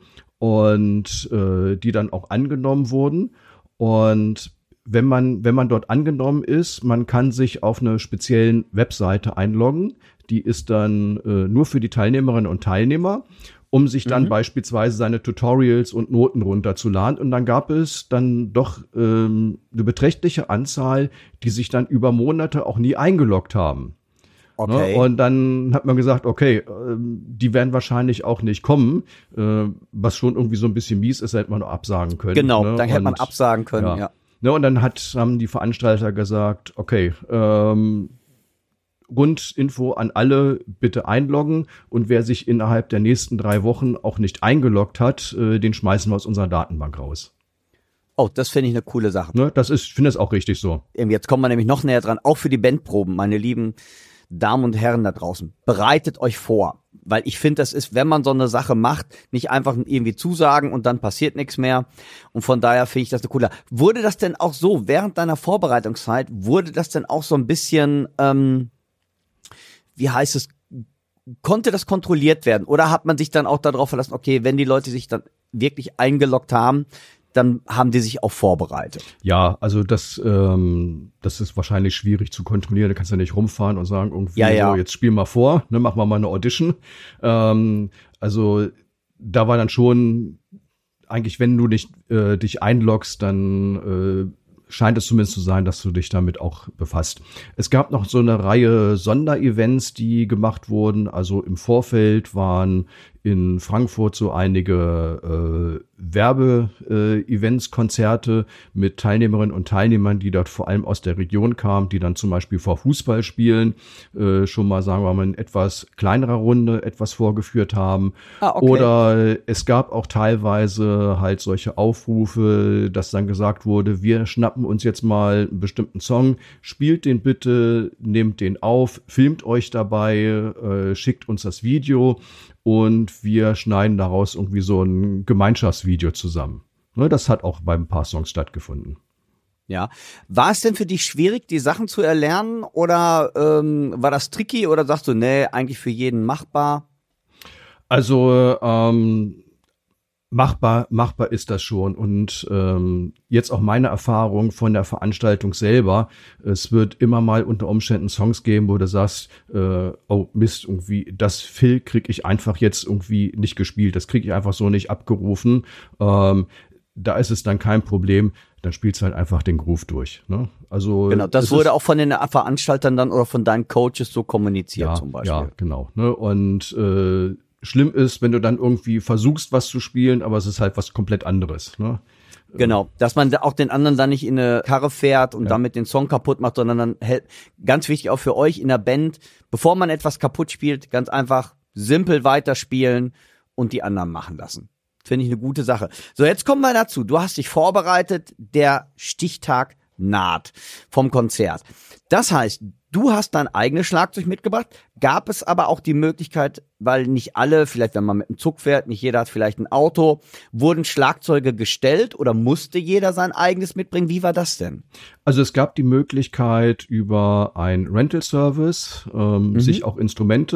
Speaker 3: und äh, die dann auch angenommen wurden. Und Wenn man, wenn man dort angenommen ist, man kann sich auf eine speziellen Webseite einloggen. Die ist dann äh, nur für die Teilnehmerinnen und Teilnehmer, um sich dann mhm. beispielsweise seine Tutorials und Noten runterzuladen. Und dann gab es dann doch ähm, eine beträchtliche Anzahl, die sich dann über Monate auch nie eingeloggt haben. Okay. Ne? Und dann hat man gesagt, okay, äh, die werden wahrscheinlich auch nicht kommen, äh, was schon irgendwie so ein bisschen mies ist, hätte man nur absagen können.
Speaker 2: Genau,
Speaker 3: ne?
Speaker 2: dann hätte
Speaker 3: und,
Speaker 2: man absagen können, ja. ja.
Speaker 3: Ne, und dann hat, haben die Veranstalter gesagt, okay, ähm, Rundinfo an alle, bitte einloggen und wer sich innerhalb der nächsten drei Wochen auch nicht eingeloggt hat, äh, den schmeißen wir aus unserer Datenbank raus.
Speaker 2: Oh, das finde ich eine coole Sache.
Speaker 3: Ne, das ist, ich finde es auch richtig so.
Speaker 2: Jetzt kommen wir nämlich noch näher dran, auch für die Bandproben, meine lieben Damen und Herren da draußen. Bereitet euch vor, weil ich finde, das ist, wenn man so eine Sache macht, nicht einfach irgendwie zusagen und dann passiert nichts mehr. Und von daher finde ich das eine coole. Wurde das denn auch so, während deiner Vorbereitungszeit, wurde das denn auch so ein bisschen, ähm, wie heißt es, konnte das kontrolliert werden? Oder hat man sich dann auch darauf verlassen, okay, wenn die Leute sich dann wirklich eingeloggt haben, dann haben die sich auch vorbereitet.
Speaker 3: Ja, also das, ähm, das ist wahrscheinlich schwierig zu kontrollieren. Du kannst ja nicht rumfahren und sagen, irgendwie,
Speaker 2: ja, ja.
Speaker 3: so, jetzt spiel mal vor, ne, machen wir mal eine Audition. Ähm, also da war dann schon, eigentlich, wenn du nicht äh, dich einloggst, dann äh, scheint es zumindest zu sein, dass du dich damit auch befasst. Es gab noch so eine Reihe Sonderevents, die gemacht wurden. Also im Vorfeld waren in Frankfurt so einige äh, Werbe-Events, äh, Konzerte mit Teilnehmerinnen und Teilnehmern, die dort vor allem aus der Region kamen, die dann zum Beispiel vor Fußballspielen äh, schon mal, sagen wir mal, in etwas kleinerer Runde etwas vorgeführt haben.
Speaker 2: Ah, okay.
Speaker 3: Oder es gab auch teilweise halt solche Aufrufe, dass dann gesagt wurde, wir schnappen uns jetzt mal einen bestimmten Song, spielt den bitte, nehmt den auf, filmt euch dabei, äh, schickt uns das Video. Und wir schneiden daraus irgendwie so ein Gemeinschaftsvideo zusammen. Ne, das hat auch bei ein paar Songs stattgefunden.
Speaker 2: Ja. War es denn für dich schwierig, die Sachen zu erlernen? Oder ähm, war das tricky? Oder sagst du, nee, eigentlich für jeden machbar?
Speaker 3: Also ähm, machbar, machbar ist das schon. Und ähm, jetzt auch meine Erfahrung von der Veranstaltung selber. Es wird immer mal unter Umständen Songs geben, wo du sagst, äh, oh Mist, irgendwie das Fill krieg ich einfach jetzt irgendwie nicht gespielt. Das krieg ich einfach so nicht abgerufen. Ähm, da ist es dann kein Problem. Dann spielst du halt einfach den Groove durch. Ne? Also
Speaker 2: genau, das wurde auch von den Veranstaltern dann oder von deinen Coaches so kommuniziert
Speaker 3: ja,
Speaker 2: zum Beispiel.
Speaker 3: Ja, genau. Ne? Und äh, schlimm ist, wenn du dann irgendwie versuchst, was zu spielen, aber es ist halt was komplett anderes. Ne?
Speaker 2: Genau, dass man auch den anderen dann nicht in eine Karre fährt und
Speaker 3: ja.
Speaker 2: damit den Song kaputt macht, sondern dann hält, ganz wichtig auch für euch in der Band, bevor man etwas kaputt spielt, ganz einfach simpel weiterspielen und die anderen machen lassen. Finde ich eine gute Sache. So, jetzt kommen wir dazu. Du hast dich vorbereitet, der Stichtag naht vom Konzert. Das heißt, du hast dein eigenes Schlagzeug mitgebracht, gab es aber auch die Möglichkeit, weil nicht alle, vielleicht wenn man mit dem Zug fährt, nicht jeder hat vielleicht ein Auto, wurden Schlagzeuge gestellt oder musste jeder sein eigenes mitbringen? Wie war das denn?
Speaker 3: Also es gab die Möglichkeit, über ein Rental-Service ähm, mhm. sich auch Instrumente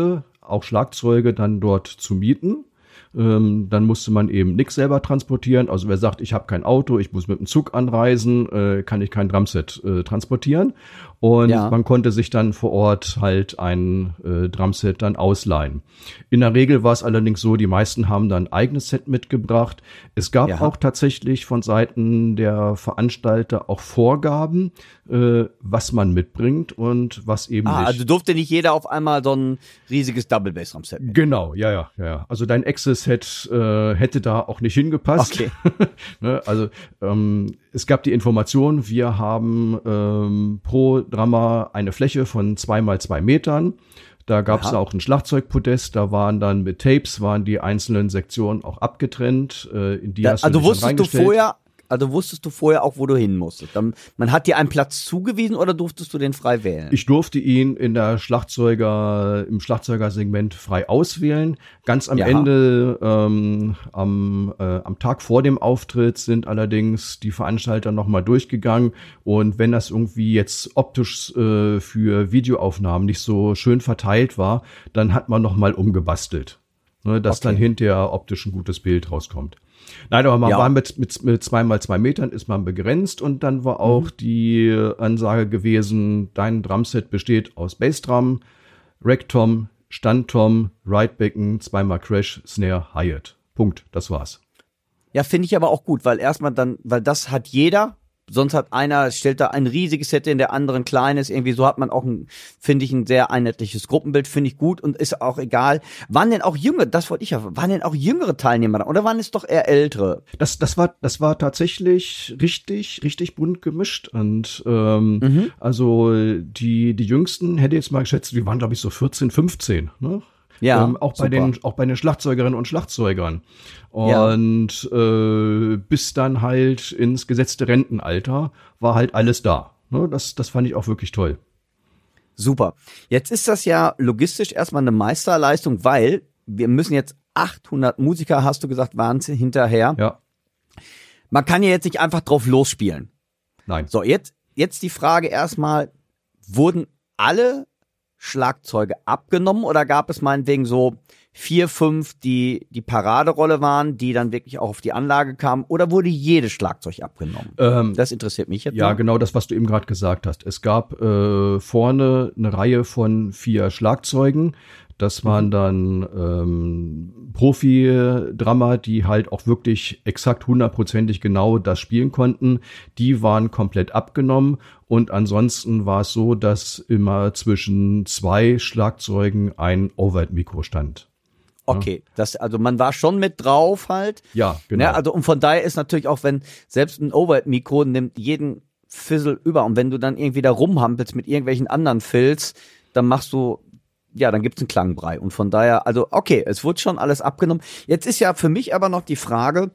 Speaker 3: auch Schlagzeuge dann dort zu mieten. Ähm, dann musste man eben nichts selber transportieren. Also wer sagt, ich habe kein Auto, ich muss mit dem Zug anreisen, äh, kann ich kein Drumset äh, transportieren. Und ja. man konnte sich dann vor Ort halt ein äh, Drumset dann ausleihen. In der Regel war es allerdings so, die meisten haben dann ein eigenes Set mitgebracht. Es gab ja. auch tatsächlich von Seiten der Veranstalter auch Vorgaben, äh, was man mitbringt und was eben
Speaker 2: ah,
Speaker 3: nicht.
Speaker 2: Also durfte nicht jeder auf einmal so ein riesiges Double Bass Drum Set mitnehmen.
Speaker 3: Genau, ja, ja, ja. Also dein Access-Set äh, hätte da auch nicht hingepasst.
Speaker 2: Okay.
Speaker 3: ne, also ähm, es gab die Information, wir haben ähm, pro Drummer eine Fläche von zwei mal zwei Metern. Da gab es auch ein Schlagzeugpodest, da waren dann mit Tapes, waren die einzelnen Sektionen auch abgetrennt. Äh, in die
Speaker 2: da,
Speaker 3: hast
Speaker 2: also
Speaker 3: du
Speaker 2: wusstest du vorher, also wusstest du vorher auch, wo du hin musstest? Dann, man hat dir einen Platz zugewiesen oder durftest du den frei wählen?
Speaker 3: Ich durfte ihn in der Schlagzeuger, im Schlagzeugersegment frei auswählen. Ganz am Jaha. Ende, ähm, am, äh, am Tag vor dem Auftritt sind allerdings die Veranstalter nochmal durchgegangen. Und wenn das irgendwie jetzt optisch äh, für Videoaufnahmen nicht so schön verteilt war, dann hat man nochmal umgebastelt, ne, dass okay. dann hinterher optisch ein gutes Bild rauskommt. Nein, aber man ja. war mit, mit, mit zwei mal zwei Metern ist man begrenzt und dann war auch mhm. die Ansage gewesen, dein Drumset besteht aus Bassdrum, Rack-Tom, Stand-Tom, Ridebecken, zweimal Crash, Snare, Hi-Hat. Punkt, das war's.
Speaker 2: Ja, finde ich aber auch gut, weil erstmal dann, weil das hat jeder. Sonst hat einer, stellt da ein riesiges Set in, der andere ein kleines. Irgendwie so hat man auch, ein, finde ich, ein sehr einheitliches Gruppenbild. Finde ich gut und ist auch egal. Waren denn auch jüngere, das wollte ich ja, waren denn auch jüngere Teilnehmer da? Oder waren es doch eher ältere?
Speaker 3: Das, das war, das war tatsächlich richtig, richtig bunt gemischt. Und ähm, mhm. also die, die Jüngsten, hätte ich jetzt mal geschätzt, die waren, glaube ich, so vierzehn, fünfzehn, ne? Ja, ähm, auch bei super. den auch bei den Schlagzeugerinnen und Schlagzeugern und ja. äh, bis dann halt ins gesetzte Rentenalter war halt alles da. Ne, das das fand ich auch wirklich toll.
Speaker 2: Super. Jetzt ist das ja logistisch erstmal eine Meisterleistung, weil wir müssen jetzt achthundert Musiker, hast du gesagt, waren hinterher.
Speaker 3: Ja.
Speaker 2: Man kann ja jetzt nicht einfach drauf losspielen.
Speaker 3: Nein.
Speaker 2: So, jetzt jetzt die Frage erstmal, wurden alle Schlagzeuge abgenommen oder gab es meinetwegen so vier, fünf, die die Paraderolle waren, die dann wirklich auch auf die Anlage kamen oder wurde jedes Schlagzeug abgenommen? Ähm, das interessiert mich jetzt.
Speaker 3: Ja,
Speaker 2: noch.
Speaker 3: Genau das, was du eben gerade gesagt hast. Es gab äh, vorne eine Reihe von vier Schlagzeugen. Das waren mhm. dann ähm, Profi-Drummer, die halt auch wirklich exakt hundertprozentig genau das spielen konnten. Die waren komplett abgenommen. Und ansonsten war es so, dass immer zwischen zwei Schlagzeugen ein Overhead-Mikro stand.
Speaker 2: Okay, das, also man war schon mit drauf halt.
Speaker 3: Ja, genau.
Speaker 2: Ja, also und von daher ist natürlich auch, wenn selbst ein Overhead-Mikro nimmt jeden Fizzle über. Und wenn du dann irgendwie da rumhampelst mit irgendwelchen anderen Fills, dann machst du, ja, dann gibt's einen Klangbrei. Und von daher, also okay, es wurde schon alles abgenommen. Jetzt ist ja für mich aber noch die Frage,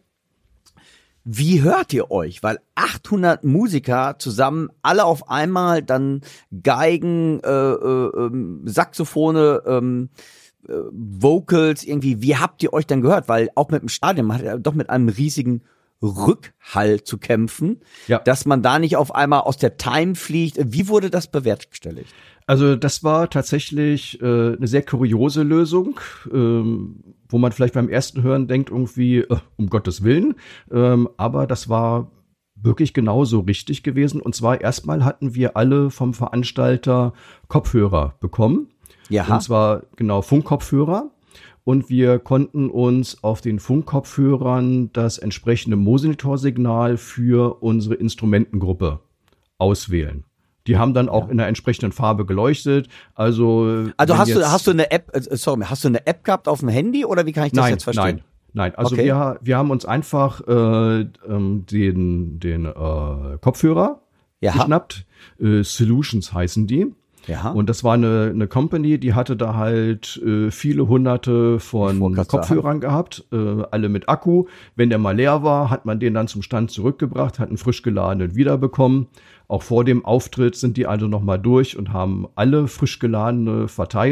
Speaker 2: wie hört ihr euch? Weil achthundert Musiker zusammen, alle auf einmal, dann Geigen, äh, äh, Saxophone, ähm, äh, Vocals, irgendwie, wie habt ihr euch dann gehört? Weil auch mit dem Stadion, man hat ja doch mit einem riesigen Rückhall zu kämpfen, ja. dass man da nicht auf einmal aus der Time fliegt. Wie wurde das bewerkstelligt?
Speaker 3: Also das war tatsächlich äh, eine sehr kuriose Lösung, ähm, wo man vielleicht beim ersten Hören denkt irgendwie, äh, um Gottes Willen, ähm, aber das war wirklich genauso richtig gewesen. Und zwar erstmal hatten wir alle vom Veranstalter Kopfhörer bekommen.
Speaker 2: Ja.
Speaker 3: Und zwar genau Funkkopfhörer. Und wir konnten uns auf den Funkkopfhörern das entsprechende Monitorsignal für unsere Instrumentengruppe auswählen. Die haben dann auch ja. in der entsprechenden Farbe geleuchtet. Also,
Speaker 2: also hast du hast du eine App? Sorry, hast du eine App gehabt auf dem Handy oder wie kann ich das
Speaker 3: nein,
Speaker 2: jetzt verstehen?
Speaker 3: Nein, nein. Also
Speaker 2: okay.
Speaker 3: wir wir haben uns einfach äh, ähm, den den äh, Kopfhörer ja. geschnappt. Äh, Solutions heißen die.
Speaker 2: Ja.
Speaker 3: Und das war eine eine Company, die hatte da halt äh, viele hunderte von Kopfhörern gehabt, äh, alle mit Akku. Wenn der mal leer war, hat man den dann zum Stand zurückgebracht, hat einen frisch geladenen wiederbekommen. Auch vor dem Auftritt sind die also nochmal durch und haben alle frisch geladene verteilt.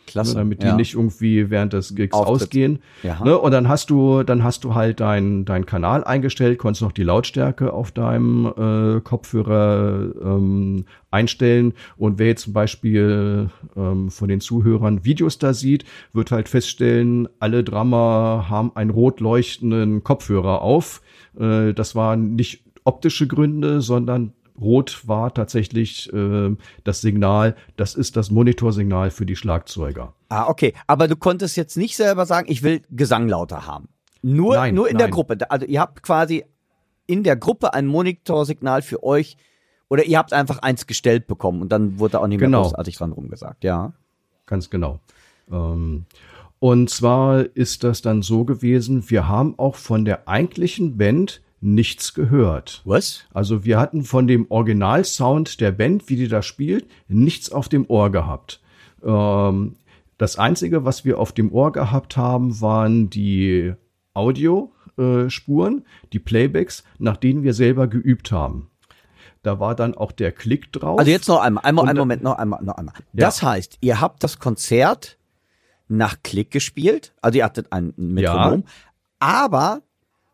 Speaker 2: Klasse,
Speaker 3: ne, damit die
Speaker 2: ja.
Speaker 3: nicht irgendwie während des Gigs
Speaker 2: Auftritt.
Speaker 3: ausgehen.
Speaker 2: Ja.
Speaker 3: Ne, und dann hast du, dann hast du halt deinen dein Kanal eingestellt, konntest noch die Lautstärke auf deinem äh, Kopfhörer ähm, einstellen. Und wer jetzt zum Beispiel ähm, von den Zuhörern Videos da sieht, wird halt feststellen, alle Drummer haben einen rot leuchtenden Kopfhörer auf. Äh, das waren nicht optische Gründe, sondern rot war tatsächlich äh, das Signal, das ist das Monitorsignal für die Schlagzeuger.
Speaker 2: Ah, okay. Aber du konntest jetzt nicht selber sagen, ich will Gesang lauter haben. Nur,
Speaker 3: Nein,
Speaker 2: nur in
Speaker 3: nein.
Speaker 2: der Gruppe. Also ihr habt quasi in der Gruppe ein Monitorsignal für euch oder ihr habt einfach eins gestellt bekommen und dann wurde auch nicht mehr
Speaker 3: Genau.
Speaker 2: großartig dran rumgesagt. Ja.
Speaker 3: Ganz genau. Ähm, und zwar ist das dann so gewesen, wir haben auch von der eigentlichen Band nichts gehört.
Speaker 2: Was?
Speaker 3: Also wir hatten von dem Originalsound der Band, wie die da spielt, nichts auf dem Ohr gehabt. Ähm, das Einzige, was wir auf dem Ohr gehabt haben, waren die Audiospuren, die Playbacks, nach denen wir selber geübt haben. Da war dann auch der Klick drauf.
Speaker 2: Also jetzt noch einmal, einmal,
Speaker 3: Und
Speaker 2: einen
Speaker 3: da-
Speaker 2: Moment, noch einmal, noch einmal.
Speaker 3: Ja.
Speaker 2: Das heißt, ihr habt das Konzert nach Klick gespielt, also ihr hattet ein Metronom, aber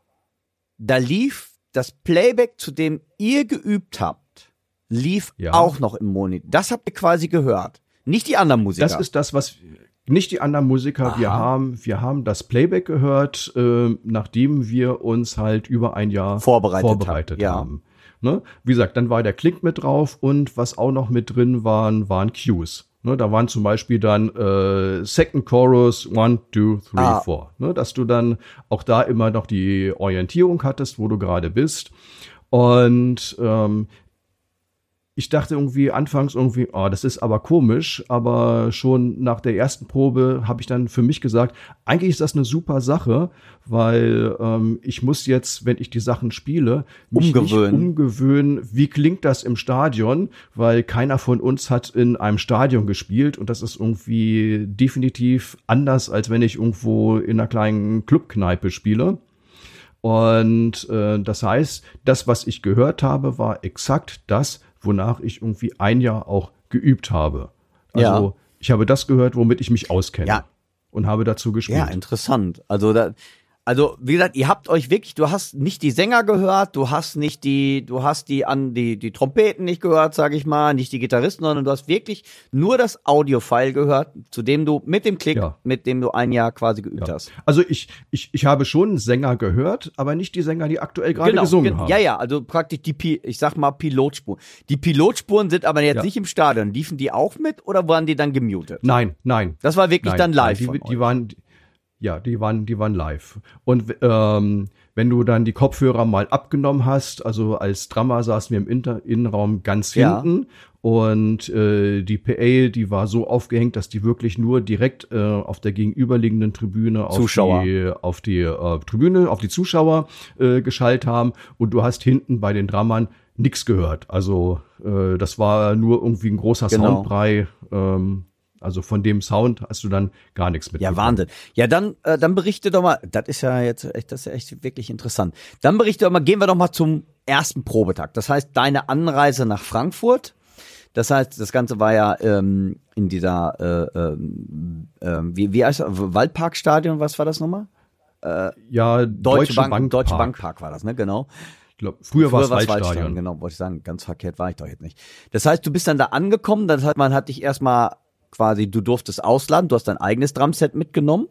Speaker 2: da lief das Playback, zu dem ihr geübt habt, lief
Speaker 3: Ja.
Speaker 2: auch noch im Monitor. Das habt ihr quasi gehört. Nicht die anderen Musiker.
Speaker 3: Das ist das, was nicht die anderen Musiker. Wir
Speaker 2: Aha.
Speaker 3: haben, wir haben das Playback gehört, äh, nachdem wir uns halt über ein Jahr
Speaker 2: Vorbereitet
Speaker 3: vorbereitet
Speaker 2: haben, ja.
Speaker 3: haben. Ne? Wie gesagt, dann war der Klick mit drauf und was auch noch mit drin waren, waren Cues. Ne, da waren zum Beispiel dann äh, Second Chorus, One, Two, Three,
Speaker 2: Ah.
Speaker 3: Four. Ne, dass du dann auch da immer noch die Orientierung hattest, wo du gerade bist. Und ähm, ich dachte irgendwie anfangs irgendwie, oh, das ist aber komisch, aber schon nach der ersten Probe habe ich dann für mich gesagt, eigentlich ist das eine super Sache, weil ähm, ich muss jetzt, wenn ich die Sachen spiele, mich
Speaker 2: Umgewöhnen.
Speaker 3: nicht umgewöhnen, wie klingt das im Stadion, weil keiner von uns hat in einem Stadion gespielt und das ist irgendwie definitiv anders, als wenn ich irgendwo in einer kleinen Clubkneipe spiele. Und äh, das heißt, das, was ich gehört habe, war exakt das, wonach ich irgendwie ein Jahr auch geübt habe. Also
Speaker 2: Ja.
Speaker 3: ich habe das gehört, womit ich mich auskenne.
Speaker 2: Ja.
Speaker 3: Und habe dazu gespielt.
Speaker 2: Ja, interessant. Also da, also wie gesagt, ihr habt euch wirklich, du hast nicht die Sänger gehört, du hast nicht die, du hast die an die die Trompeten nicht gehört, sage ich mal, nicht die Gitarristen, sondern du hast wirklich nur das Audio-File gehört, zu dem du mit dem Klick,
Speaker 3: Ja.
Speaker 2: mit dem du ein Jahr quasi geübt
Speaker 3: Ja.
Speaker 2: hast.
Speaker 3: Also ich, ich, ich habe schon Sänger gehört, aber nicht die Sänger, die aktuell gerade gesungen
Speaker 2: gen-
Speaker 3: haben.
Speaker 2: Ja, ja, also praktisch die, Pi- ich sag mal Pilotspuren. Die Pilotspuren sind aber jetzt
Speaker 3: Ja.
Speaker 2: nicht im Stadion. Liefen die auch mit oder waren die dann gemutet?
Speaker 3: Nein, nein.
Speaker 2: Das war wirklich
Speaker 3: Nein,
Speaker 2: dann live.
Speaker 3: Nein,
Speaker 2: von
Speaker 3: die, die
Speaker 2: euch.
Speaker 3: waren, ja, die waren, die waren live. Und ähm, wenn du dann die Kopfhörer mal abgenommen hast, also als Drummer saßen wir im Inter Innenraum ganz
Speaker 2: Ja.
Speaker 3: hinten und äh, die P A, die war so aufgehängt, dass die wirklich nur direkt äh, auf der gegenüberliegenden Tribüne auf
Speaker 2: Zuschauer.
Speaker 3: die, auf die äh, Tribüne, auf die Zuschauer äh, geschaltet haben und du hast hinten bei den Drummern nichts gehört. Also äh, das war nur irgendwie ein großer
Speaker 2: Genau.
Speaker 3: Soundbrei. Ähm, also von dem Sound hast du dann gar nichts
Speaker 2: Ja,
Speaker 3: mitbekommen.
Speaker 2: Wahnsinn. Ja, dann, äh, dann berichte doch mal, das ist ja jetzt echt, das ist ja echt wirklich interessant. Dann berichte doch mal, gehen wir doch mal zum ersten Probetag. Das heißt, deine Anreise nach Frankfurt. Das heißt, das Ganze war ja ähm, in dieser, äh, ähm, äh, wie, wie heißt das? Waldparkstadion, was war das nochmal?
Speaker 3: Ja,
Speaker 2: Deutsche, Bank,
Speaker 3: Bank
Speaker 2: Deutsche
Speaker 3: Park.
Speaker 2: Bankpark war das, ne? Genau.
Speaker 3: Ich glaub, früher war es
Speaker 2: war's
Speaker 3: Waldstadion.
Speaker 2: Genau, wollte ich sagen, ganz verkehrt war ich doch jetzt nicht. Das heißt, du bist dann da angekommen, das heißt, man hat dich erstmal quasi, du durftest ausladen, du hast dein eigenes Drumset mitgenommen.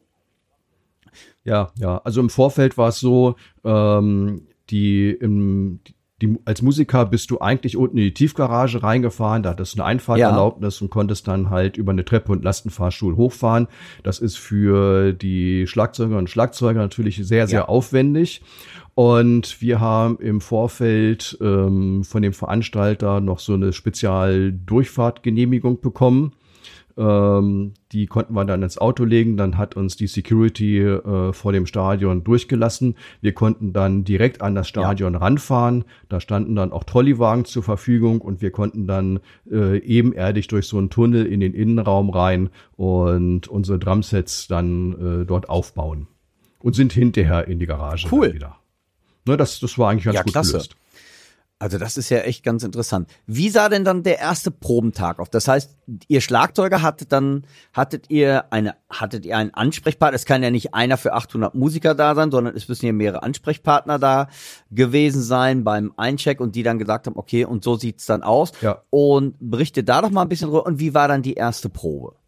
Speaker 3: Ja, ja. Also im Vorfeld war es so, ähm, die im die, als Musiker bist du eigentlich unten in die Tiefgarage reingefahren, da hattest du eine Einfahrterlaubnis und konntest dann halt über eine Treppe und Lastenfahrstuhl hochfahren. Das ist für die Schlagzeuger und Schlagzeuger natürlich sehr, sehr
Speaker 2: Ja.
Speaker 3: aufwendig. Und wir haben im Vorfeld ähm, von dem Veranstalter noch so eine Spezial-Durchfahrtgenehmigung bekommen. Ähm, die konnten wir dann ins Auto legen, dann hat uns die Security äh, vor dem Stadion durchgelassen. Wir konnten dann direkt an das Stadion ranfahren, da standen dann auch Trolleywagen zur Verfügung und wir konnten dann äh, ebenerdig durch so einen Tunnel in den Innenraum rein und unsere Drumsets dann äh, dort aufbauen und sind hinterher in die Garage
Speaker 2: Cool.
Speaker 3: dann wieder. Ne, das, das war eigentlich ganz
Speaker 2: Ja,
Speaker 3: gut
Speaker 2: klasse.
Speaker 3: gelöst.
Speaker 2: Also das ist ja echt ganz interessant. Wie sah denn dann der erste Probentag auf? Das heißt, ihr Schlagzeuger hattet dann, hattet ihr eine, hattet ihr einen Ansprechpartner? Es kann ja nicht einer für achthundert Musiker da sein, sondern es müssen ja mehrere Ansprechpartner da gewesen sein beim Eincheck und die dann gesagt haben, okay, und so sieht's dann aus.
Speaker 3: Ja.
Speaker 2: Und berichte da doch mal ein bisschen drüber. Und wie war dann die erste Probe?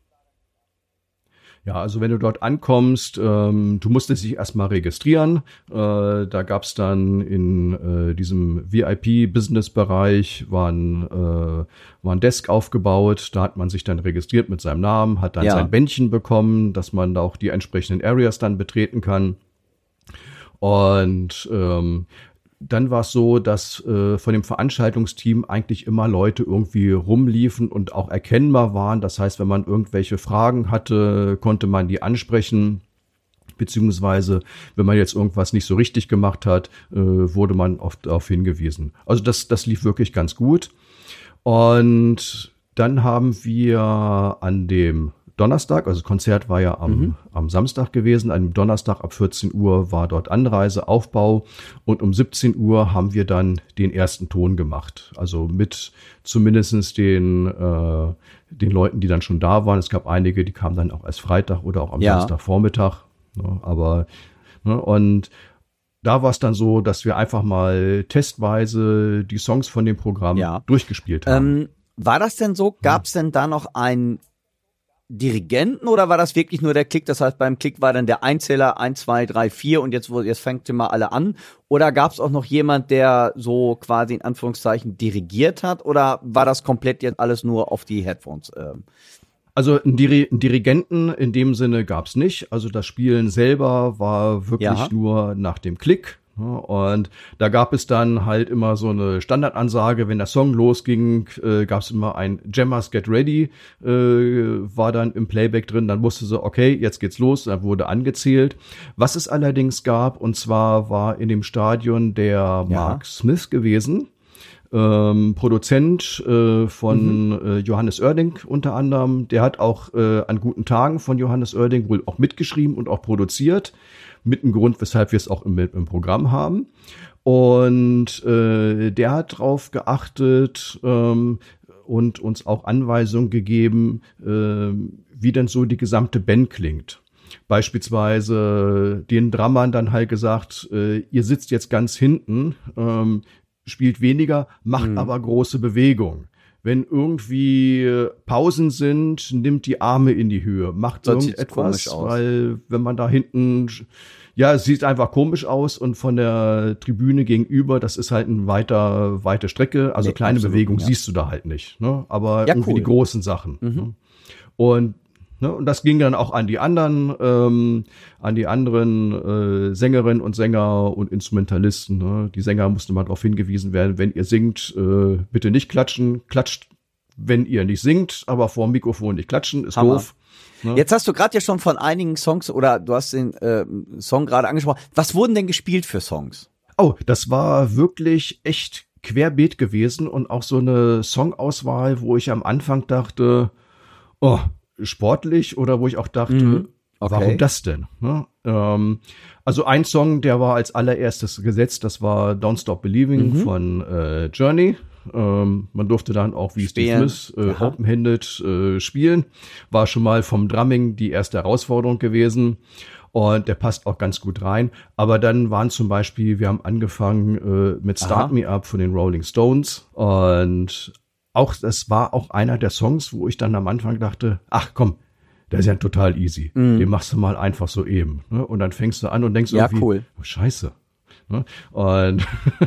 Speaker 3: Ja, also wenn du dort ankommst, ähm, du musstest dich erstmal registrieren. Äh, da gab's dann in äh, diesem V I P-Business-Bereich war ein, äh, war ein Desk aufgebaut. Da hat man sich dann registriert mit seinem Namen, hat dann
Speaker 2: Ja.
Speaker 3: sein Bändchen bekommen, dass man da auch die entsprechenden Areas dann betreten kann. Und ähm, dann war es so, dass äh, von dem Veranstaltungsteam eigentlich immer Leute irgendwie rumliefen und auch erkennbar waren. Das heißt, wenn man irgendwelche Fragen hatte, konnte man die ansprechen. Beziehungsweise, wenn man jetzt irgendwas nicht so richtig gemacht hat, äh, wurde man oft darauf hingewiesen. Also das, das lief wirklich ganz gut. Und dann haben wir an dem Donnerstag, also das Konzert war ja am, mhm. am Samstag gewesen, am Donnerstag ab vierzehn Uhr war dort Anreise, Aufbau und um siebzehn Uhr haben wir dann den ersten Ton gemacht. Also mit zumindest den, äh, den Leuten, die dann schon da waren. Es gab einige, die kamen dann auch erst Freitag oder auch am
Speaker 2: Ja.
Speaker 3: Samstagvormittag. Ne, aber, ne, und da war es dann so, dass wir einfach mal testweise die Songs von dem Programm
Speaker 2: Ja.
Speaker 3: durchgespielt haben.
Speaker 2: Ähm, war das denn so? Gab es denn da noch einen Dirigenten oder war das wirklich nur der Klick? Das heißt, beim Klick war dann der Einzähler eins, zwei, drei, vier und jetzt, wo, jetzt fängt ihr mal alle an. Oder gab es auch noch jemand, der so quasi in Anführungszeichen dirigiert hat? Oder war das komplett jetzt alles nur auf die Headphones? Ähm?
Speaker 3: Also einen, Diri- einen Dirigenten in dem Sinne gab's nicht. Also das Spielen selber war wirklich
Speaker 2: Ja.
Speaker 3: nur nach dem Klick. Ja, und da gab es dann halt immer so eine Standardansage, wenn der Song losging, äh, gab es immer ein Jammers Get Ready, äh, war dann im Playback drin, dann wusste sie, okay, jetzt geht's los, dann wurde angezählt. Was es allerdings gab, und zwar war in dem Stadion der Mark Smith gewesen, ähm, Produzent äh, von mhm. äh, Johannes Oerding unter anderem, der hat auch äh, an guten Tagen von Johannes Oerding wohl auch mitgeschrieben und auch produziert. Mit einem Grund, weshalb wir es auch im, im Programm haben. Und äh, der hat drauf geachtet ähm, und uns auch Anweisungen gegeben, äh, wie denn so die gesamte Band klingt. Beispielsweise den Drummern dann halt gesagt, äh, ihr sitzt jetzt ganz hinten, ähm, spielt weniger, macht mhm. aber große Bewegung. Wenn irgendwie Pausen sind, nimmt die Arme in die Höhe, macht
Speaker 2: Das
Speaker 3: irgendetwas, weil wenn man da hinten, ja, es sieht einfach komisch aus und von der Tribüne gegenüber, das ist halt eine weiter, weite Strecke, also
Speaker 2: nee,
Speaker 3: kleine
Speaker 2: absolut,
Speaker 3: Bewegung
Speaker 2: ja.
Speaker 3: siehst du da halt nicht, ne? Aber
Speaker 2: ja,
Speaker 3: irgendwie
Speaker 2: cool.
Speaker 3: die großen Sachen.
Speaker 2: Mhm.
Speaker 3: Ne? Und Ne, und das ging dann auch an die anderen, ähm, an die anderen äh, Sängerinnen und Sänger und Instrumentalisten. Ne? Die Sänger mussten mal darauf hingewiesen werden, wenn ihr singt, äh, bitte nicht klatschen. Klatscht, wenn ihr nicht singt, aber vor dem Mikrofon nicht klatschen, ist
Speaker 2: Hammer.
Speaker 3: doof. Ne?
Speaker 2: Jetzt hast du gerade ja schon von einigen Songs oder du hast den äh, Song gerade angesprochen. Was wurden denn gespielt für Songs?
Speaker 3: Oh, das war wirklich echt querbeet gewesen und auch so eine Songauswahl, wo ich am Anfang dachte, oh, sportlich oder wo ich auch dachte,
Speaker 2: Mhm. Okay.
Speaker 3: warum das denn? Ne? Ähm, also ein Song, der war als allererstes gesetzt, das war Don't Stop Believing
Speaker 2: Mhm.
Speaker 3: von äh, Journey. Ähm, man durfte dann auch wie Steve
Speaker 2: Spielen.
Speaker 3: Smith äh,
Speaker 2: Aha.
Speaker 3: open-handed äh, spielen. War schon mal vom Drumming die erste Herausforderung gewesen. Und der passt auch ganz gut rein. Aber dann waren zum Beispiel, wir haben angefangen äh, mit Start
Speaker 2: Aha.
Speaker 3: Me Up von den Rolling Stones. Und auch, das war auch einer der Songs, wo ich dann am Anfang dachte, ach komm, der ist ja total easy.
Speaker 2: Mhm.
Speaker 3: Den machst du mal einfach so eben. Ne? Und dann fängst du an und denkst
Speaker 2: Ja,
Speaker 3: irgendwie,
Speaker 2: cool.
Speaker 3: oh, scheiße. Ne? Und,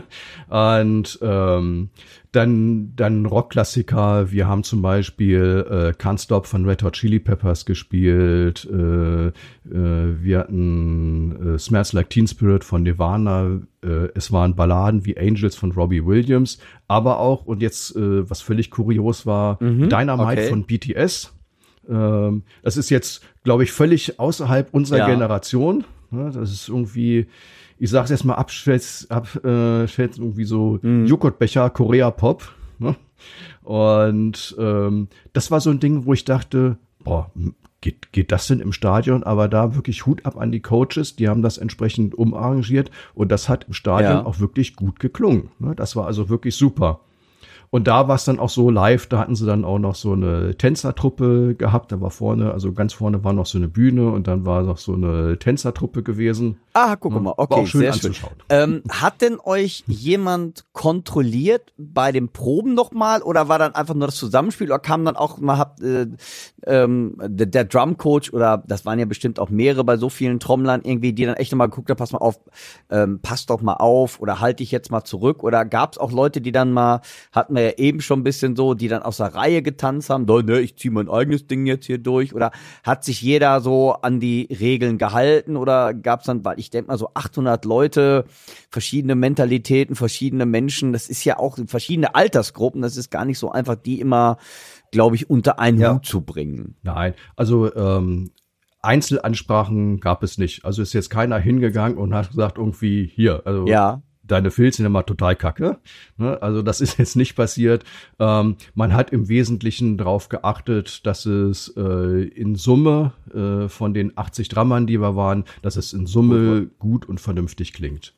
Speaker 3: und ähm, dann, dann Rockklassiker. Wir haben zum Beispiel äh, Can't Stop von Red Hot Chili Peppers gespielt. Äh, äh, wir hatten äh, Smells Like Teen Spirit von Nirvana. Äh, es waren Balladen wie Angels von Robbie Williams. Aber auch, und jetzt, äh, was völlig kurios war,
Speaker 2: Mhm,
Speaker 3: Dynamite
Speaker 2: okay.
Speaker 3: von B T S. Ähm, das ist jetzt, glaube ich, völlig außerhalb unserer
Speaker 2: Ja.
Speaker 3: Generation. Ne? Das ist irgendwie, ich sag's jetzt mal ab, ab äh, fällt irgendwie so
Speaker 2: Mhm.
Speaker 3: Joghurtbecher, Korea-Pop. Ne? Und ähm, das war so ein Ding, wo ich dachte, boah, geht, geht das denn im Stadion? Aber da wirklich Hut ab an die Coaches, die haben das entsprechend umarrangiert und das hat im Stadion
Speaker 2: Ja.
Speaker 3: auch wirklich gut geklungen. Ne? Das war also wirklich super. Und da war es dann auch so live, da hatten sie dann auch noch so eine Tänzertruppe gehabt, da war vorne, also ganz vorne war noch so eine Bühne und dann war noch so eine Tänzertruppe gewesen.
Speaker 2: Ah, guck mal, okay,
Speaker 3: War auch schön
Speaker 2: sehr
Speaker 3: anzuschauen.
Speaker 2: schön. Ähm, hat denn euch jemand kontrolliert bei den Proben nochmal oder war dann einfach nur das Zusammenspiel oder kam dann auch mal habt, äh, ähm, der, der Drumcoach oder das waren ja bestimmt auch mehrere bei so vielen Trommlern irgendwie, die dann echt nochmal geguckt haben, pass mal auf, ähm, pass doch mal auf oder halt dich jetzt mal zurück oder gab es auch Leute, die dann mal, hatten wir ja eben schon ein bisschen so, die dann aus der Reihe getanzt haben, so, ne, ich zieh mein eigenes Ding jetzt hier durch oder hat sich jeder so an die Regeln gehalten oder gab es dann, weil ich denke mal so achthundert Leute, verschiedene Mentalitäten, verschiedene Menschen, das ist ja auch verschiedene Altersgruppen, das ist gar nicht so einfach, die immer, glaube ich, unter einen
Speaker 3: Ja.
Speaker 2: Hut zu bringen.
Speaker 3: Nein, also ähm, Einzelansprachen gab es nicht. Also ist jetzt keiner hingegangen und hat gesagt irgendwie hier, also
Speaker 2: Ja.
Speaker 3: deine Filz sind immer total kacke. Ne? Also das ist jetzt nicht passiert. Ähm, man hat im Wesentlichen darauf geachtet, dass es äh, in Summe äh, von den achtzig Drummern, die wir waren, dass es in Summe gut und vernünftig klingt.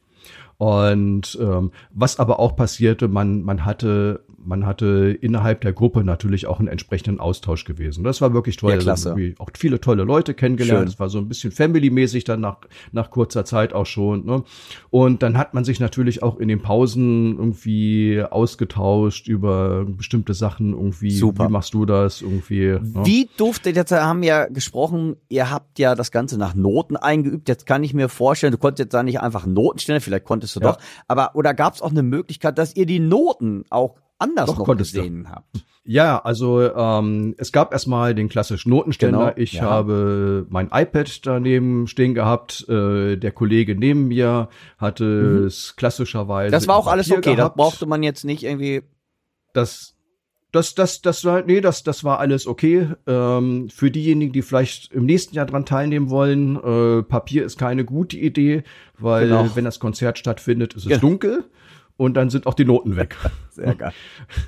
Speaker 3: Und ähm, was aber auch passierte, man man hatte man hatte innerhalb der Gruppe natürlich auch einen entsprechenden Austausch gewesen. Das war wirklich toll.
Speaker 2: Ja, klasse.
Speaker 3: Also irgendwie auch viele tolle Leute kennengelernt.
Speaker 2: Schön.
Speaker 3: Es war so ein bisschen Family-mäßig dann nach nach kurzer Zeit auch schon. Ne? Und dann hat man sich natürlich auch in den Pausen irgendwie ausgetauscht über bestimmte Sachen. Irgendwie,
Speaker 2: Super.
Speaker 3: wie machst du das? Irgendwie. Ne?
Speaker 2: Wie durftet, jetzt haben wir ja gesprochen, ihr habt ja das Ganze nach Noten eingeübt. Jetzt kann ich mir vorstellen, du konntest jetzt da nicht einfach Noten stellen, vielleicht konntest du
Speaker 3: Ja.
Speaker 2: doch. Aber, oder gab es auch eine Möglichkeit, dass ihr die Noten auch anders
Speaker 3: Doch,
Speaker 2: noch
Speaker 3: konntest du.
Speaker 2: gesehen habt?
Speaker 3: Ja, also ähm, es gab erstmal den klassischen Notenständer.
Speaker 2: Genau,
Speaker 3: Ich
Speaker 2: ja.
Speaker 3: habe mein iPad daneben stehen gehabt. Äh, der Kollege neben mir hatte es klassischerweise.
Speaker 2: Das war auch
Speaker 3: in
Speaker 2: alles
Speaker 3: Papier
Speaker 2: okay, das
Speaker 3: gehabt.
Speaker 2: brauchte man jetzt nicht irgendwie.
Speaker 3: Das, das, das, das war, nee, das, das war alles okay. Ähm, für diejenigen, die vielleicht im nächsten Jahr dran teilnehmen wollen, äh, Papier ist keine gute Idee, weil
Speaker 2: Genau.
Speaker 3: wenn das Konzert stattfindet, ist es
Speaker 2: Genau.
Speaker 3: dunkel und dann sind auch die Noten weg.
Speaker 2: Sehr geil.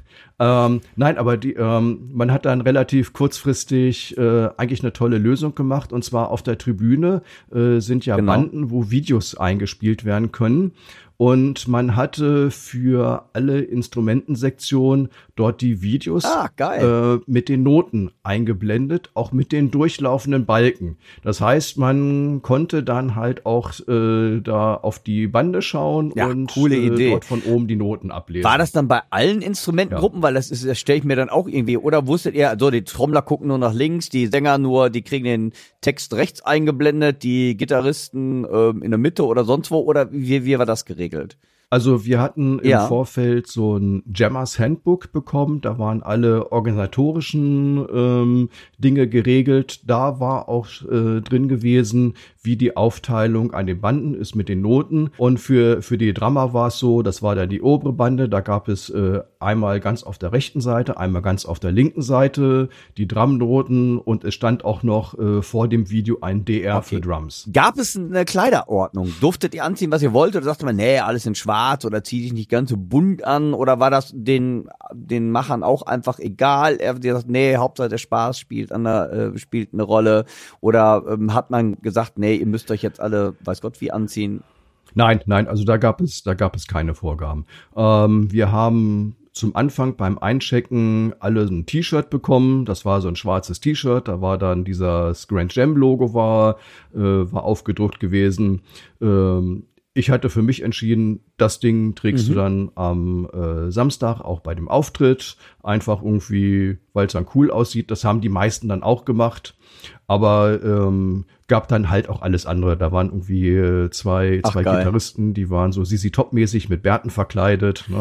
Speaker 3: Ähm, nein, aber die, ähm, man hat dann relativ kurzfristig äh, eigentlich eine tolle Lösung gemacht. Und zwar auf der Tribüne äh, sind ja
Speaker 2: Genau.
Speaker 3: Banden, wo Videos eingespielt werden können. Und man hatte für alle Instrumentensektionen dort die Videos
Speaker 2: Ah, geil.
Speaker 3: äh, mit den Noten eingeblendet, auch mit den durchlaufenden Balken. Das heißt, man konnte dann halt auch äh, da auf die Bande schauen
Speaker 2: Ja,
Speaker 3: und
Speaker 2: coole Idee.
Speaker 3: Äh, dort von oben die Noten ablesen.
Speaker 2: War das dann bei allen Instrumentengruppen? Weil das ist, das stelle ich mir dann auch irgendwie, oder wusstet ihr, also die Trommler gucken nur nach links, die Sänger nur, die kriegen den Text rechts eingeblendet, die Gitarristen ähm, in der Mitte oder sonst wo, oder wie, wie war das geregelt?
Speaker 3: Also wir hatten im
Speaker 2: Ja.
Speaker 3: Vorfeld so ein Jammers Handbook bekommen, da waren alle organisatorischen ähm, Dinge geregelt, da war auch äh, drin gewesen, wie die Aufteilung an den Banden ist mit den Noten, und für für die Drummer war es so, das war dann die obere Bande, da gab es äh, einmal ganz auf der rechten Seite, einmal ganz auf der linken Seite die Drumnoten, und es stand auch noch äh, vor dem Video ein D R
Speaker 2: Okay.
Speaker 3: für Drums.
Speaker 2: Gab es eine Kleiderordnung? Durftet ihr anziehen, was ihr wollt? Oder sagte man, nee, alles in schwarz oder zieh dich nicht ganz so bunt an? Oder war das den, den Machern auch einfach egal? Er hat gesagt, nee, Hauptsache der Spaß spielt, an der, äh, spielt eine Rolle. Oder ähm, hat man gesagt, nee, ihr müsst euch jetzt alle, weiß Gott, wie anziehen?
Speaker 3: Nein, nein, also da gab es, da gab es keine Vorgaben. Ähm, wir haben zum Anfang beim Einchecken alle ein T-Shirt bekommen. Das war so ein schwarzes T-Shirt. Da war dann dieser Grand Jam Logo war, äh, war aufgedruckt gewesen. Ähm, ich hatte für mich entschieden, das Ding trägst
Speaker 2: Mhm.
Speaker 3: du dann am äh, Samstag auch bei dem Auftritt. Einfach irgendwie, weil es dann cool aussieht. Das haben die meisten dann auch gemacht. Aber ähm, gab dann halt auch alles andere. Da waren irgendwie äh, zwei,
Speaker 2: Ach,
Speaker 3: zwei
Speaker 2: geil.
Speaker 3: Gitarristen, die waren so Sisi Top-mäßig mit Bärten verkleidet. Ne?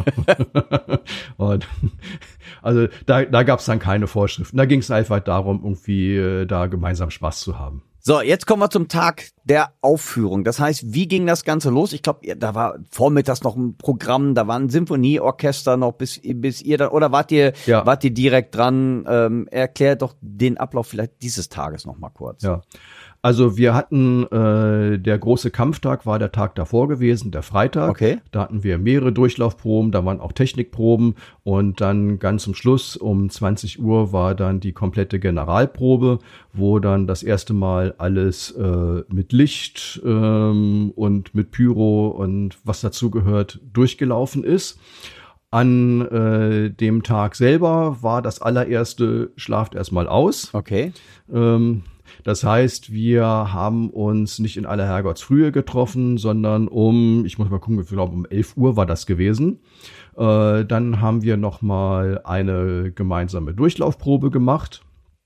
Speaker 3: Und also da, da gab es dann keine Vorschriften. Da ging es einfach darum, irgendwie äh, da gemeinsam Spaß zu haben.
Speaker 2: So, jetzt kommen wir zum Tag der Aufführung. Das heißt, wie ging das Ganze los? Ich glaube, da war vormittags noch ein Programm, da war ein Symphonieorchester noch, bis, bis ihr dann, oder wart ihr,
Speaker 3: Ja.
Speaker 2: wart ihr direkt dran? Ähm, erklärt doch den Ablauf vielleicht dieses Tages noch mal kurz.
Speaker 3: Ja. Also wir hatten, äh, der große Kampftag war der Tag davor gewesen, der Freitag.
Speaker 2: Okay.
Speaker 3: Da hatten wir mehrere Durchlaufproben, da waren auch Technikproben und dann ganz zum Schluss um zwanzig Uhr war dann die komplette Generalprobe, wo dann das erste Mal alles äh, mit Licht ähm, und mit Pyro und was dazugehört durchgelaufen ist. An äh, dem Tag selber war das allererste Schlaft erstmal aus.
Speaker 2: Okay.
Speaker 3: Ähm, Das heißt, wir haben uns nicht in aller Herrgottsfrühe getroffen, sondern um, ich muss mal gucken, ich glaube um elf Uhr war das gewesen. Äh, dann haben wir nochmal eine gemeinsame Durchlaufprobe gemacht.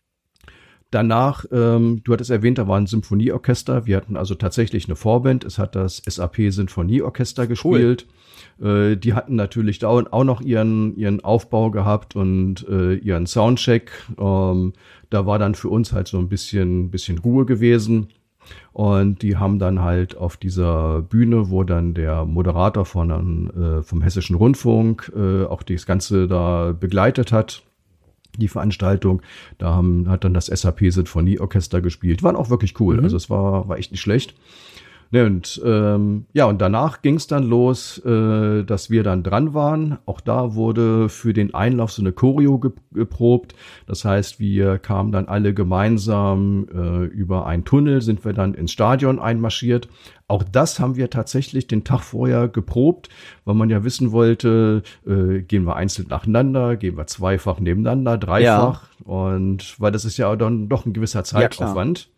Speaker 3: Danach, ähm, du hattest erwähnt, da war ein Symphonieorchester. Wir hatten also tatsächlich eine Vorband. Es hat das S A P Sinfonieorchester gespielt. Cool. Äh, die hatten natürlich da auch noch ihren, ihren Aufbau gehabt und äh, ihren Soundcheck. Ähm, da war dann für uns halt so ein bisschen, bisschen Ruhe gewesen. Und die haben dann halt auf dieser Bühne, wo dann der Moderator von, äh, vom Hessischen Rundfunk äh, auch das Ganze da begleitet hat, die Veranstaltung, da haben, hat dann das S A P Sinfonieorchester gespielt. Waren auch wirklich cool. Mhm. Also es war, war echt nicht schlecht. Ne, und ähm, ja, und danach ging es dann los, äh, dass wir dann dran waren. Auch da wurde für den Einlauf so eine Choreo ge- geprobt. Das heißt, wir kamen dann alle gemeinsam äh, über einen Tunnel, sind wir dann ins Stadion einmarschiert. Auch das haben wir tatsächlich den Tag vorher geprobt, weil man ja wissen wollte, äh, gehen wir einzeln nacheinander, gehen wir zweifach nebeneinander, dreifach. Ja. Und weil das ist ja dann doch ein gewisser Zeitaufwand. Ja,